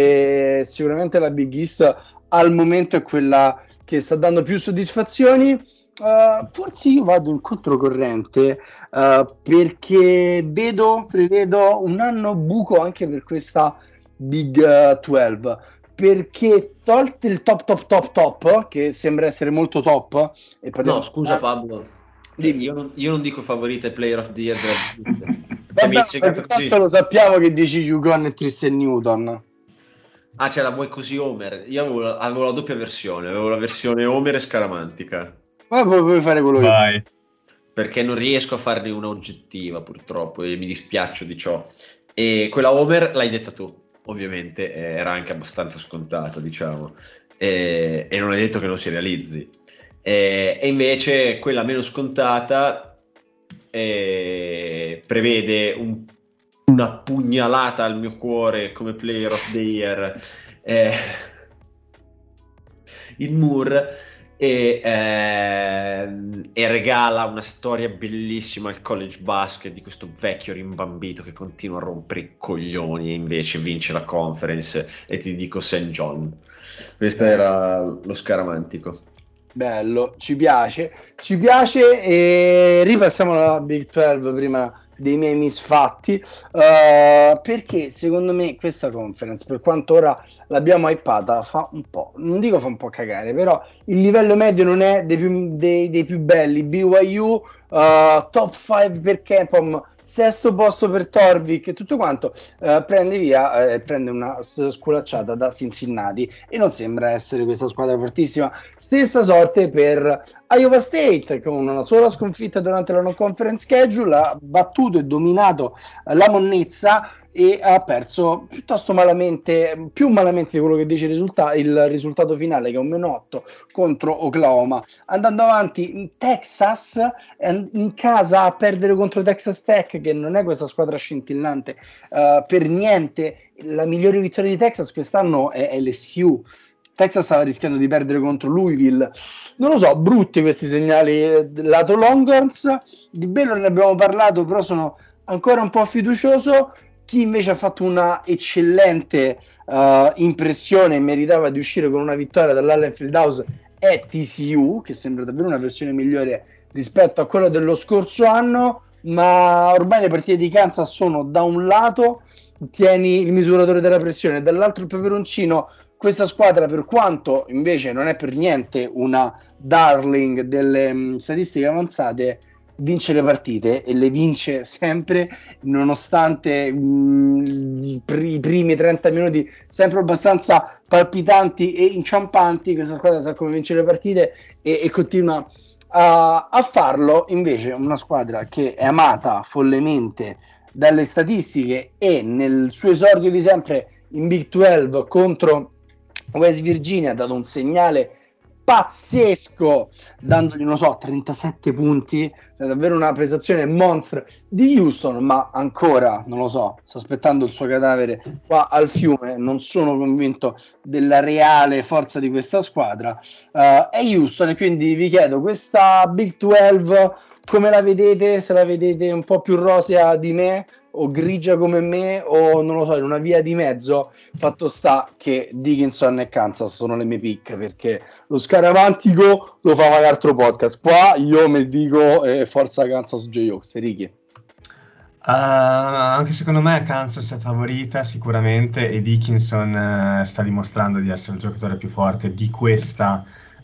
e sicuramente la Big East al momento è quella che sta dando più soddisfazioni. Uh, forse io vado in controcorrente uh, perché vedo, prevedo un anno buco anche per questa Big uh, dodici, perché tolte il top top top top che sembra essere molto top e parliamo No, scusa Pablo, cioè, dimmi. io, non, io non dico favorite player of the year della Big East. Cioè, mi hai Vabbè, insegnato perché tanto così. lo sappiamo che dici UConn e Tristan Newton. Ah, c'è la vuoi così Homer. Io avevo, avevo la doppia versione, avevo la versione Homer e scaramantica, Ma poi puoi fare quello che Vai. perché non riesco a farne una oggettiva purtroppo e mi dispiaccio di ciò. E quella Homer l'hai detta tu, ovviamente, eh, era anche abbastanza scontato, diciamo, e, e non è detto che non si realizzi. E, e invece quella meno scontata eh, prevede un- una pugnalata al mio cuore come Player of the Year, eh, il Moore, e, ehm, e regala una storia bellissima al college basket di questo vecchio rimbambito che continua a rompere i coglioni e invece vince la conference, e ti dico Saint John. Questo Bello. era lo scaramantico. Bello, ci piace, ci piace e ripassiamo alla Big dodici prima dei miei misfatti, uh, perché secondo me questa conference, per quanto ora l'abbiamo hypata, fa un po', non dico fa un po' cagare, però il livello medio non è dei più, dei, dei più belli. B Y U, uh, top cinque per Kempom, sesto posto per Torvik e tutto quanto, uh, prende via, eh, prende una sculacciata da Cincinnati e non sembra essere questa squadra fortissima. Stessa sorte per Iowa State, con una sola sconfitta durante la non conference schedule, ha battuto e dominato la monnezza e ha perso piuttosto malamente, più malamente di quello che dice il, risulta- il risultato finale, che è un meno otto contro Oklahoma. Andando avanti, in Texas, in casa a perdere contro Texas Tech, che non è questa squadra scintillante uh, per niente. La migliore vittoria di Texas quest'anno è L S U. Texas stava rischiando di perdere contro Louisville. Non lo so, brutti questi segnali lato Longhorns. Di Baylor ne abbiamo parlato, però sono ancora un po' fiducioso. Chi invece ha fatto una eccellente uh, impressione e meritava di uscire con una vittoria dall'Allen Fieldhouse è T C U, che sembra davvero una versione migliore rispetto a quella dello scorso anno, ma ormai le partite di Kansas sono da un lato tieni il misuratore della pressione, dall'altro il peperoncino. Questa squadra, per quanto invece non è per niente una darling delle mh, statistiche avanzate, vince le partite e le vince sempre, nonostante mh, i, pr- i primi trenta minuti sempre abbastanza palpitanti e inciampanti. Questa squadra sa come vincere le partite e, e continua a, a farlo. Invece una squadra che è amata follemente dalle statistiche e nel suo esordio di sempre in Big dodici contro West Virginia ha dato un segnale pazzesco, dandogli, non so, trentasette punti, è davvero una prestazione monstra di Houston, ma ancora, non lo so, sto aspettando il suo cadavere qua al fiume, non sono convinto della reale forza di questa squadra. Uh, è Houston, e quindi vi chiedo, questa Big dodici come la vedete? Se la vedete un po' più rosea di me o grigia come me, o non lo so, in una via di mezzo. Fatto sta che Dickinson e Kansas sono le mie pick, perché lo scaramantico lo fa un altro podcast. Qua io mi dico eh, forza Kansas Jayhawks. Righi. Uh, anche secondo me Kansas è favorita sicuramente, e Dickinson uh, sta dimostrando di essere il giocatore più forte di questa,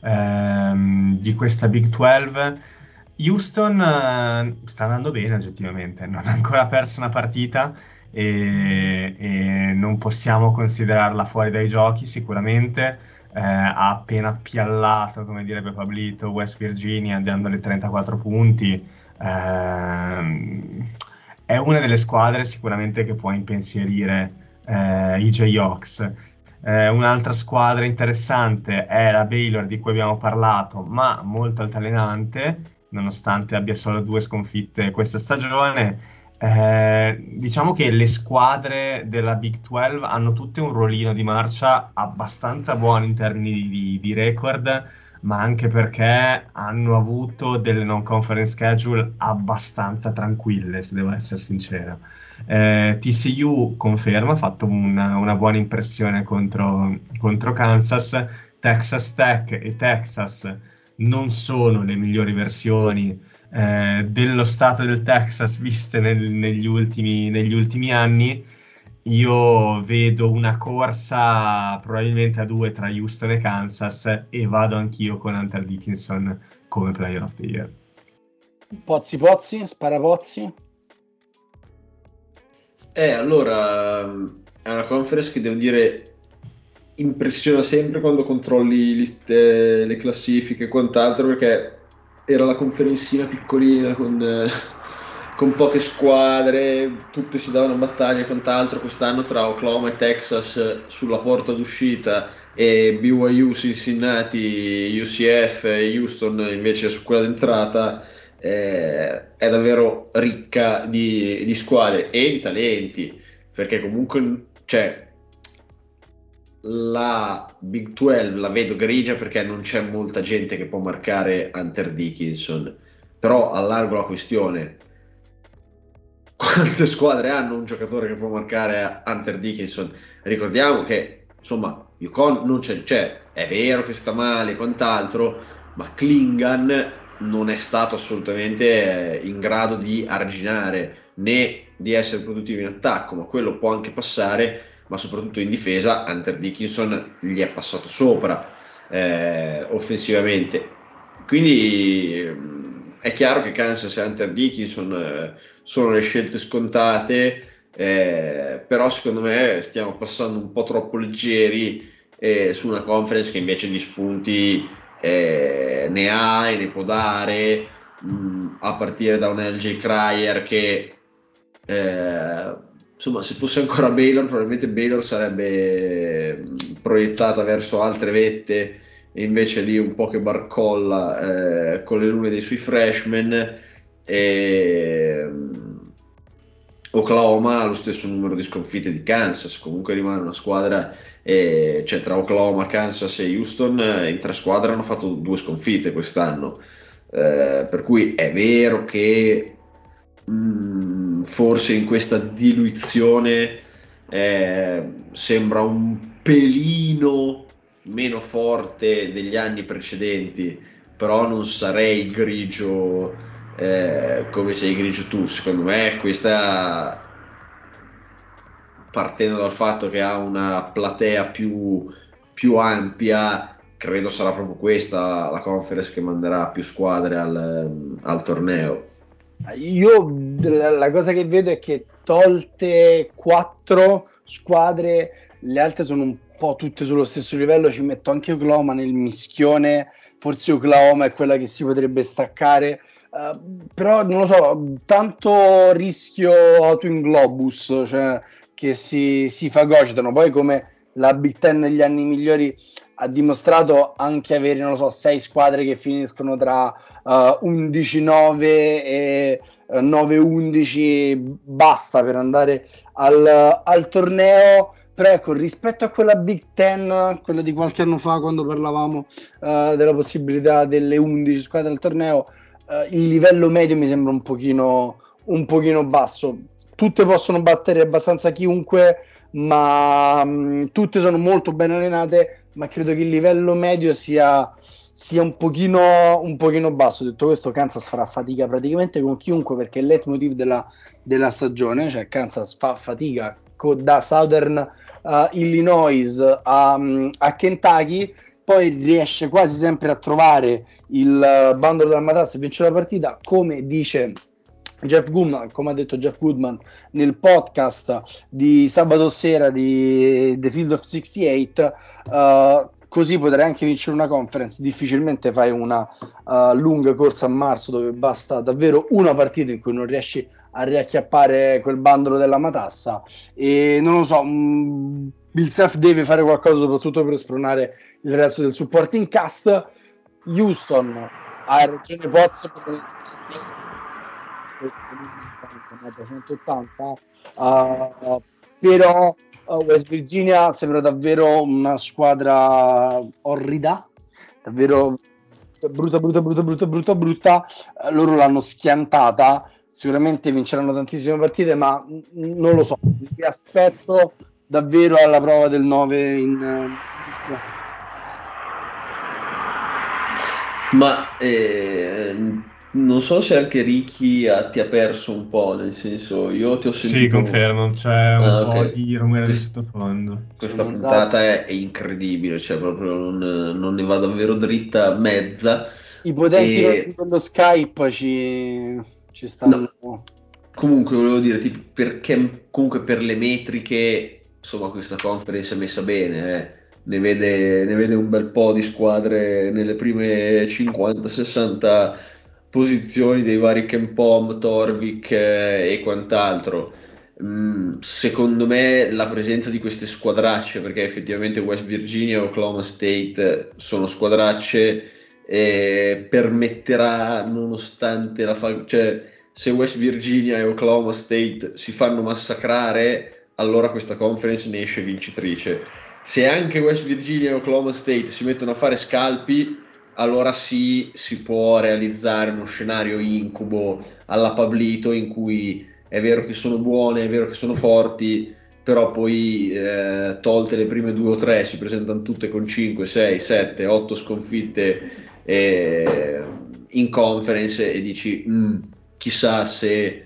um, di questa Big dodici. Houston uh, sta andando bene oggettivamente, non ha ancora perso una partita e, e non possiamo considerarla fuori dai giochi sicuramente. Eh, ha appena piallato, come direbbe Pablito, West Virginia dandole trentaquattro punti. Eh, è una delle squadre sicuramente che può impensierire eh, i Jayhawks. Eh, un'altra squadra interessante è la Baylor, di cui abbiamo parlato, ma molto altalenante, nonostante abbia solo due sconfitte questa stagione. Eh, diciamo che le squadre della Big dodici hanno tutte un ruolino di marcia abbastanza buono in termini di, di, di record, ma anche perché hanno avuto delle non conference schedule abbastanza tranquille, se devo essere sincero. Eh, T C U conferma, ha fatto una, una buona impressione contro, contro Kansas. Texas Tech e Texas non sono le migliori versioni eh, dello stato del Texas viste nel- negli ultimi, negli ultimi anni. Io vedo una corsa probabilmente a due tra Houston e Kansas, e vado anch'io con Hunter Dickinson come Player of the Year. Pozzi Pozzi, Sparapozzi. Eh, allora, è una conference che devo dire impressiona sempre quando controlli liste, le classifiche e quant'altro, perché era la conferencina piccolina con, eh, con poche squadre, tutte si davano battaglia e quant'altro. Quest'anno tra Oklahoma e Texas sulla porta d'uscita e B Y U, Cincinnati, U C F e Houston invece su quella d'entrata, eh, è davvero ricca di, di squadre e di talenti, perché comunque, cioè, la Big dodici la vedo grigia perché non c'è molta gente che può marcare Hunter Dickinson, però allargo la questione: quante squadre hanno un giocatore che può marcare Hunter Dickinson? Ricordiamo che insomma UConn non c'è, c'è, è vero che sta male e quant'altro, ma Klingan non è stato assolutamente eh, in grado di arginare né di essere produttivi in attacco, ma quello può anche passare, ma soprattutto in difesa Hunter Dickinson gli è passato sopra eh, offensivamente. Quindi ehm, è chiaro che Kansas e Hunter Dickinson eh, sono le scelte scontate, eh, però secondo me stiamo passando un po' troppo leggeri eh, su una conference che invece di spunti eh, ne ha e ne può dare, mh, a partire da un L J Cryer che eh, insomma, se fosse ancora Baylor, probabilmente Baylor sarebbe mh, proiettata verso altre vette, e invece lì un po' che barcolla eh, con le lune dei suoi freshman. E mh, Oklahoma ha lo stesso numero di sconfitte di Kansas, comunque rimane una squadra, eh, cioè tra Oklahoma, Kansas e Houston eh, in tre squadre hanno fatto due sconfitte quest'anno, eh, per cui è vero che mh, forse in questa diluizione eh, sembra un pelino meno forte degli anni precedenti, però non sarei grigio eh, come sei grigio tu. Secondo me questa, partendo dal fatto che ha una platea più, più ampia, credo sarà proprio questa la conference che manderà più squadre al, al torneo. Io la la cosa che vedo è che tolte quattro squadre, le altre sono un po' tutte sullo stesso livello. Ci metto anche Oklahoma nel mischione, forse Oklahoma è quella che si potrebbe staccare, eh, però non lo so, tanto rischio auto in globus, cioè che si, si fagocitano. Poi come la Big Ten negli anni migliori ha dimostrato, anche avere, non lo so, sei squadre che finiscono tra uh, undici nove e uh, nove undici basta per andare al, al torneo. Però ecco, rispetto a quella Big Ten, quella di qualche anno fa, quando parlavamo uh, della possibilità delle undici squadre al torneo, uh, il livello medio mi sembra un pochino, un pochino basso. Tutte possono battere abbastanza chiunque, ma mh, tutte sono molto ben allenate, ma credo che il livello medio sia, sia un pochino, un pochino basso. Detto questo, Kansas farà fatica praticamente con chiunque, perché è il leitmotiv della, della stagione, cioè Kansas fa fatica co- da Southern uh, Illinois a, a Kentucky, poi riesce quasi sempre a trovare il uh, bandolo della matassa e vince la partita, come dice Jeff Goodman, come ha detto Jeff Goodman nel podcast di sabato sera di The Field of sessantotto. Uh, così potrei anche vincere una conference. Difficilmente fai una uh, lunga corsa a marzo dove basta davvero una partita in cui non riesci a riacchiappare quel bandolo della matassa, e non lo so, mh, Bill Self deve fare qualcosa soprattutto per spronare il resto del supporting cast. Houston ha ragione Pozzo, centottanta, uh, però uh, West Virginia sembra davvero una squadra orrida, davvero brutta brutta brutta brutta brutta brutta. Uh, loro l'hanno schiantata, sicuramente vinceranno tantissime partite, ma n- non lo so, mi aspetto davvero alla prova del nove in, uh, Ma eh, non so se anche Ricky ha- ti ha perso un po', nel senso, io ti ho Sì, sentito. confermo, c'è un Ah, po' ok. di rumore di Quest- sottofondo. questa sono andato. puntata è, è incredibile, cioè proprio non, non ne va davvero dritta mezza. I potenti rozzi E dello Skype ci, ci stanno. no, comunque volevo dire, tipo, perché comunque per le metriche, insomma, questa conference è messa bene, eh. Ne vede, ne vede un bel po' di squadre nelle prime cinquanta sessanta posizioni dei vari Kempom, Torvik eh, e quant'altro. Mm, secondo me la presenza di queste squadracce, perché effettivamente West Virginia e Oklahoma State sono squadracce, eh, permetterà, nonostante la fa- cioè, se West Virginia e Oklahoma State si fanno massacrare, allora questa conference ne esce vincitrice. Se anche West Virginia e Oklahoma State si mettono a fare scalpi, allora sì, si può realizzare uno scenario incubo alla Pablito, in cui è vero che sono buone, è vero che sono forti, però poi eh, tolte le prime due o tre si presentano tutte con cinque, sei, sette, otto sconfitte eh, in conference, e dici "Mm, chissà se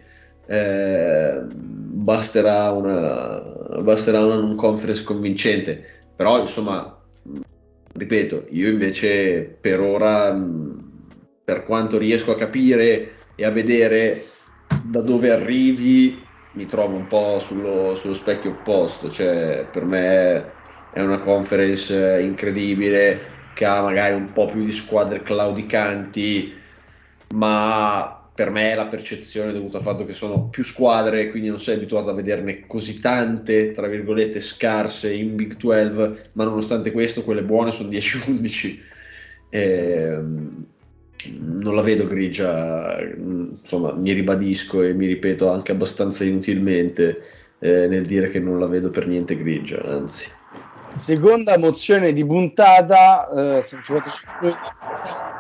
eh, basterà una, basterà una non conference convincente. Però insomma, ripeto, io invece per ora, per quanto riesco a capire e a vedere da dove arrivi, mi trovo un po' sullo, sullo specchio opposto. Cioè, per me è una conference incredibile, che ha magari un po' più di squadre claudicanti, ma per me la percezione è dovuta al fatto che sono più squadre, quindi non sei abituato a vederne così tante, tra virgolette, scarse in Big dodici, ma nonostante questo quelle buone sono dieci undici. Ehm, non la vedo grigia, insomma, mi ribadisco e mi ripeto anche abbastanza inutilmente eh, nel dire che non la vedo per niente grigia, anzi. Seconda mozione di puntata, eh, siamo cinquantacinque minuti di puntata.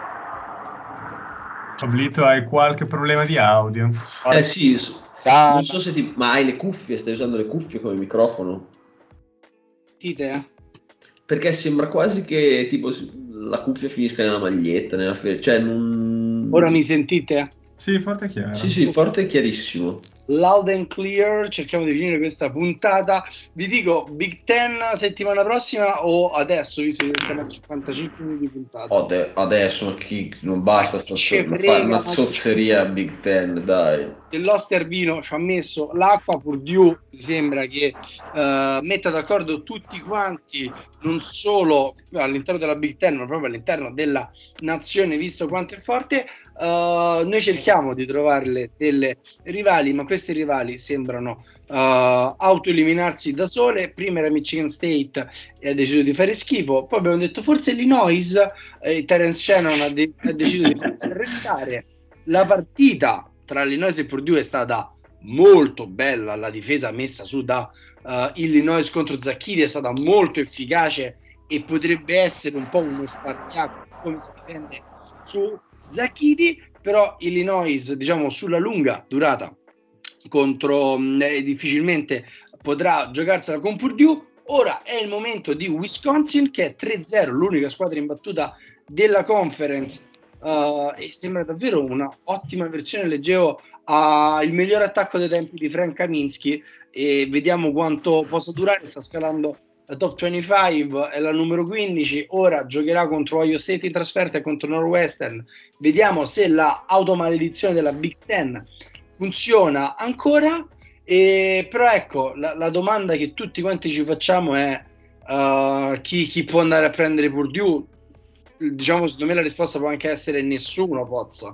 Pablito, hai qualche problema di audio? Eh sì, s- Ah, non so se ti... Ma hai le cuffie? Stai usando le cuffie come microfono? sentite, eh? Perché sembra quasi che tipo s- la cuffia finisca nella maglietta, nella fe- cioè non... Ora mi sentite? Sì, forte e chiaro. Sì, sì, forte e chiarissimo. Loud and clear, cerchiamo di finire questa puntata. Vi dico Big Ten settimana prossima o adesso, visto che siamo a cinquantacinque minuti di puntata. Ode- adesso ma chi non basta Ma sta chi ce zo- fare frega, una ma chi ce zozzeria a Big Ten, dai. dell'Osterbino ci ha messo l'acqua. Purdue mi sembra che uh, metta d'accordo tutti quanti, non solo all'interno della Big Ten ma proprio all'interno della nazione, visto quanto è forte. Uh, noi cerchiamo di trovarle delle rivali, ma questi rivali sembrano uh, autoeliminarsi da sole. Prima era Michigan State e ha deciso di fare schifo, poi abbiamo detto forse Illinois, e Terence Shannon ha, de- ha deciso di farsi arrestare. La partita tra Illinois e Purdue è stata molto bella, la difesa messa su da uh, Illinois contro Zacchini è stata molto efficace e potrebbe essere un po' uno spartiacque su come si difende su Zacchini, però Illinois, diciamo, sulla lunga durata contro eh, difficilmente potrà giocarsela con Purdue. Ora è il momento di Wisconsin, che è tre zero, l'unica squadra imbattuta della conference. Uh, e sembra davvero una ottima versione. Leggevo uh, il miglior attacco dei tempi di Frank Kaminsky, e vediamo quanto possa durare. Sta scalando la top venticinque, è la numero quindici, ora giocherà contro Ohio State in trasferta e contro Northwestern. Vediamo se la automaledizione della Big Ten funziona ancora. E, però ecco, la, la domanda che tutti quanti ci facciamo è uh, chi, chi può andare a prendere Purdue? Diciamo, secondo me la risposta può anche essere nessuno, Pozza.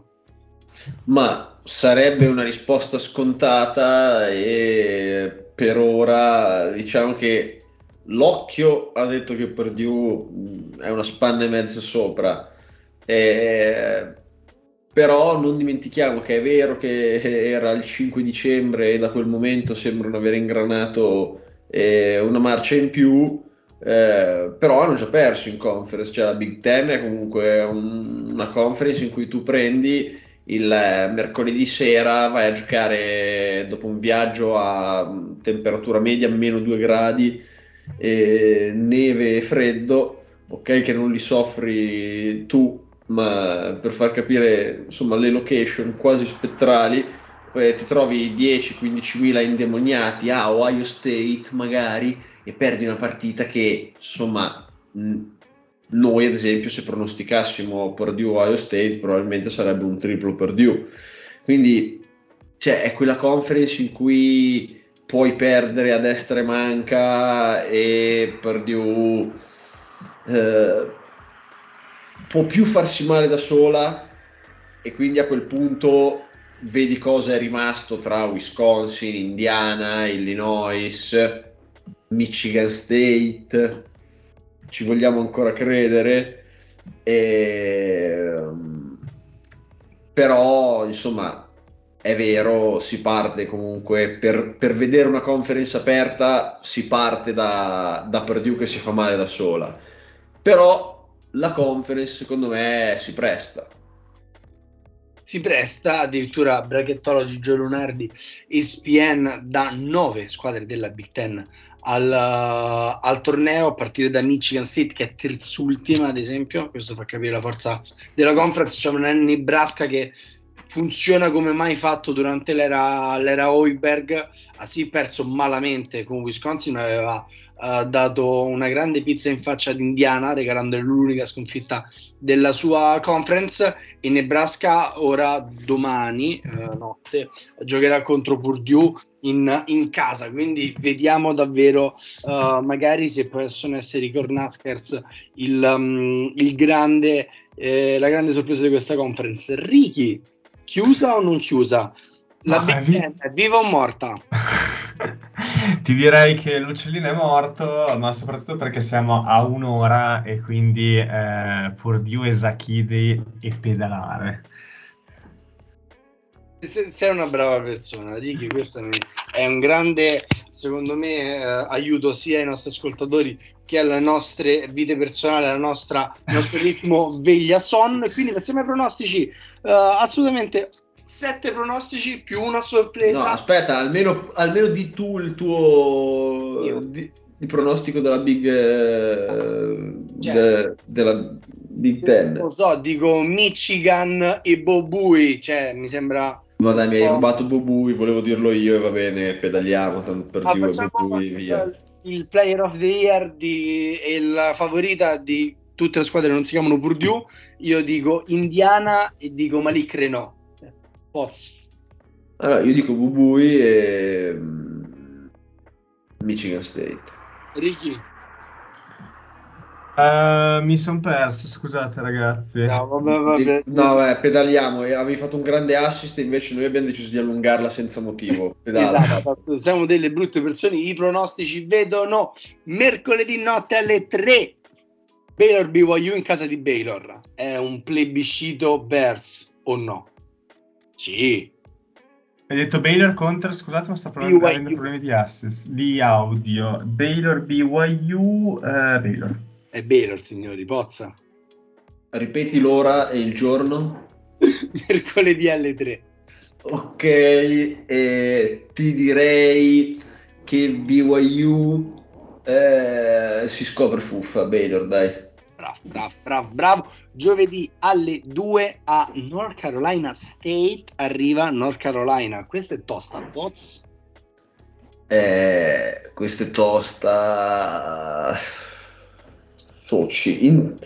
Ma sarebbe una risposta scontata e per ora diciamo che l'occhio ha detto che Purdue mh, è una spanna e mezzo sopra. Eh, però non dimentichiamo che è vero che era il cinque dicembre e da quel momento sembrano aver ingranato eh, una marcia in più. Eh, però hanno già perso in conference, cioè la Big Ten è comunque un- una conference in cui tu prendi il eh, mercoledì sera, vai a giocare dopo un viaggio a mh, temperatura media meno due gradi, e neve e freddo, ok che non li soffri tu, ma per far capire insomma le location quasi spettrali, poi ti trovi dieci quindici mila indemoniati a Ohio State magari e perdi una partita che insomma mh, noi ad esempio se pronosticassimo Purdue Ohio State probabilmente sarebbe un triplo Purdue. Quindi cioè, è quella conference in cui puoi perdere a destra e manca e Purdue eh, può più farsi male da sola, e quindi a quel punto vedi cosa è rimasto tra Wisconsin, Indiana, Illinois, Michigan State, ci vogliamo ancora credere. E, però insomma è vero, si parte comunque per, per vedere una conference aperta, si parte da, da Purdue che si fa male da sola, però la conference secondo me si presta. Si presta addirittura Brachettology, Gio Lunardi, E S P N da nove squadre della Big Ten al, uh, al torneo, a partire da Michigan State che è terzultima ad esempio. Questo fa capire la forza della conference. C'è una Nebraska che funziona come mai fatto durante l'era, l'era Hoiberg. Ha sì perso malamente con Wisconsin, aveva uh, dato una grande pizza in faccia ad Indiana, regalandole l'unica sconfitta della sua conference, e Nebraska ora domani uh, notte giocherà contro Purdue in, in casa, quindi vediamo davvero uh, magari se possono essere i Cornhuskers il, um, il grande eh, la grande sorpresa di questa conference. Ricky, chiusa o non chiusa? La No, Big è vi- Ten è viva o morta? Ti direi che l'uccellino è morto, ma soprattutto perché siamo a un'ora e quindi eh, Purdue e Zachidi e pedalare. Se- Sei una brava persona, Ricky, questo mi- è un grande, secondo me, eh, aiuto sia ai nostri ascoltatori che alle nostre vite personali, alla nostra, al nostro ritmo veglia sonno. E quindi passiamo ai pronostici. Eh, assolutamente sette pronostici più una No, sorpresa. aspetta, almeno, almeno di tu il tuo di, il pronostico della Big eh, Cioè, de- della Big non Ten. so, dico Michigan e Bobui, cioè mi sembra Ma un dai, mi hai po'. rubato Bobui, volevo dirlo io e va bene, pedaliamo, tanto per Ah, Dio e facciamo Bobui, via. eh, il player of the year di, e la favorita di tutte le squadre che non si chiamano Purdue. Io dico Indiana e dico Malik Renault. Poz. Allora, io dico Bobui e mm, Michigan State. Ricky. Eh, mi sono perso, scusate ragazzi. No, vabbè, Di- vabbè. No, beh, pedaliamo, e avevi fatto un grande assist, invece noi abbiamo deciso di allungarla senza motivo. Pedala. Esatto, siamo delle brutte persone. I pronostici vedono mercoledì notte alle tre. Baylor B Y U in casa di Baylor. È un plebiscito Bears o no? Sì. Hai detto Baylor contro, scusate, ma sto pro- B Y U. avendo problemi di assist, di audio. Baylor B Y U, eh, Baylor. È Baylor, signori, Pozza. Ripeti l'ora e il giorno. Mercoledì alle tre. Ok, e ti direi che B Y U eh, si scopre fuffa, Baylor, dai. Bravo, bravo, bravo, bravo. Giovedì alle due a North Carolina State arriva North Carolina. Questa è tosta, Poz. Eh, questa è tosta. Soci. In...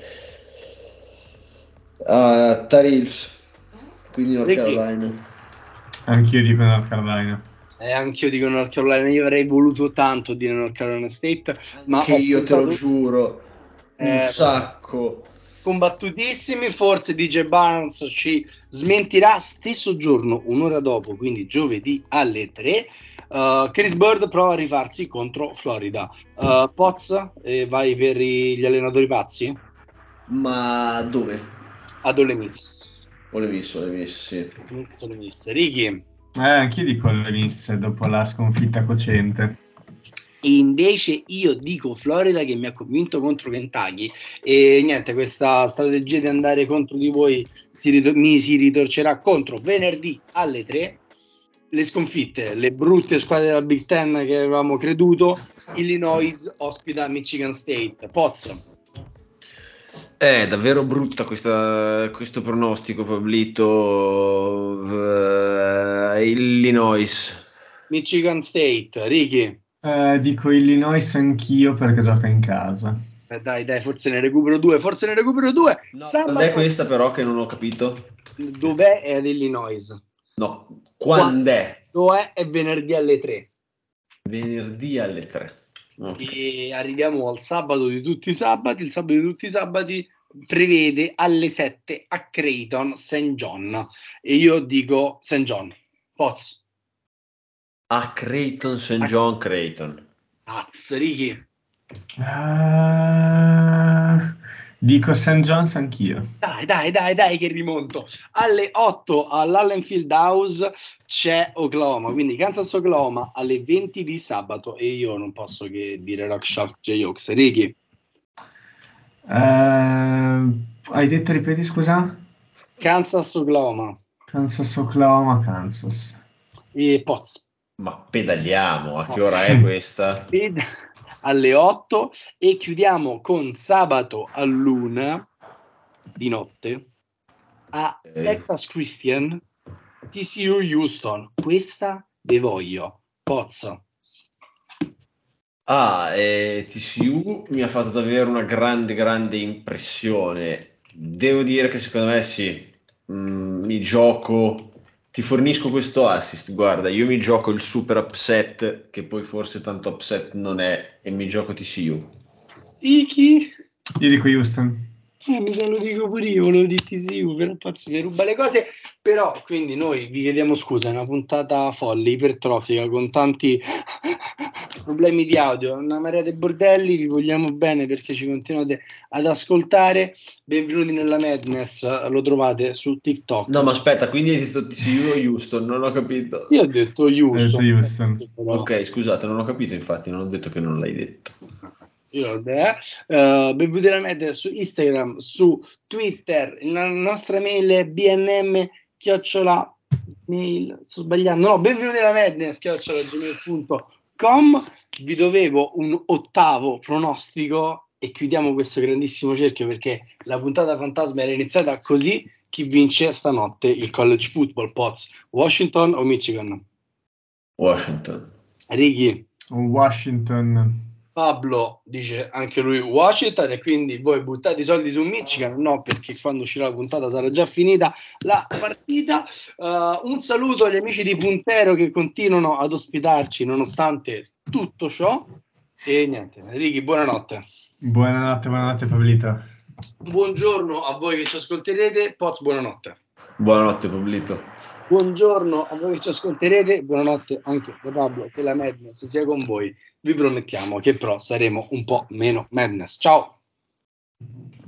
Uh, Tar Heels, quindi North Ricky. Carolina. Anch'io dico North Carolina. Eh, anch'io dico North Carolina. Io avrei voluto tanto dire North Carolina State, ma Che ho io te lo pensato, giuro, un eh, sacco. combattutissimi. Forse D J Barnes ci smentirà stesso giorno, un'ora dopo, quindi giovedì alle tre. Uh, Chris Bird prova a rifarsi contro Florida. Uh, Poz, eh, vai per i- gli allenatori pazzi? Ma dove? Ad Ole Miss. Ho le visto, ho le visto, sì. Miss, Ole Miss. Ricky. Eh, anch'io dico le Miss dopo la sconfitta cocente. E invece io dico Florida, che mi ha convinto contro Kentucky, e niente, questa strategia di andare contro di voi si ritor- mi si ritorcerà contro venerdì alle tre. Le sconfitte, le brutte squadre della Big Ten che avevamo creduto. Illinois ospita Michigan State. Poz. È davvero brutta questa, questo pronostico, Pablito. Eh, Illinois. Michigan State. Ricky. Eh, dico Illinois anch'io perché gioca in casa. Eh, dai, dai, forse ne recupero due, forse ne recupero due. No, quando è Sabato, questa però che non ho capito? dov'è? È ad Illinois. No, quando è? Quando è? È venerdì alle tre. Venerdì alle tre. Ok. E arriviamo al sabato di tutti i sabati. Il sabato di tutti i sabati prevede alle sette a Creighton Saint John, e io dico Saint John. Poz. A Creighton, Saint John, Creighton. Az, Ricky. Eh, dico Saint John's anch'io. Dai, dai, dai, dai, che rimonto. Alle otto all'Allen Field House c'è Oklahoma, quindi Kansas Oklahoma alle venti di sabato, e io non posso che dire Rock Shark Jayhawks. Ricky. Eh, hai detto, ripeti, scusa? Kansas Oklahoma. Kansas, Oklahoma, Kansas. E Poz. Ma pedaliamo, a che ora è questa? Ed alle otto, e chiudiamo con sabato all'una di notte a Ok. Texas Christian T C U Houston, questa ve voglio. Pozzo. Ah, eh, T C U mi ha fatto davvero una grande, grande impressione. Devo dire che secondo me sì, mm, mi gioco, ti fornisco questo assist. Guarda, io mi gioco il super upset, che poi forse tanto upset non è, e mi gioco T C U. Iki? Io dico Houston. Eh, mi sa lo dico pure io, volevo dire T C U, però pazzo mi ruba le cose. Però, quindi noi vi chiediamo scusa, è una puntata folle, ipertrofica, con tanti problemi di audio, una marea di bordelli, vi vogliamo bene perché ci continuate ad ascoltare. Benvenuti nella Madness, lo trovate su TikTok. No, ma aspetta, quindi hai detto T C U o Houston? Non ho capito. Io ho detto Ho detto Houston, Houston. però. Ok, scusate, non ho capito, infatti, non ho detto che non l'hai detto. Io ho idea. Uh, benvenuti alla Madness su Instagram, su Twitter, la nostra mail è b n m chiocciola mail, sto sbagliando, no, benvenuti alla Madness chiocciola gmail punto com. Vi dovevo un ottavo pronostico e chiudiamo questo grandissimo cerchio perché la puntata fantasma era iniziata così. Chi vince stanotte il college football? Poz, Washington o Michigan? Washington. Ricky? Washington. Pablo dice anche lui Washington, e quindi voi buttate i soldi su Michigan? No, perché quando uscirà la puntata sarà già finita la partita. Uh, un saluto agli amici di Puntero che continuano ad ospitarci nonostante tutto ciò. E niente, Ricky, buonanotte. Buonanotte, buonanotte Pablito. Buongiorno a voi che ci ascolterete. Poz, buonanotte. Buonanotte, Pablito. Buongiorno a voi che ci ascolterete, buonanotte anche da Pablo, che la Madness sia con voi. Vi promettiamo che però saremo un po' meno Madness. Ciao!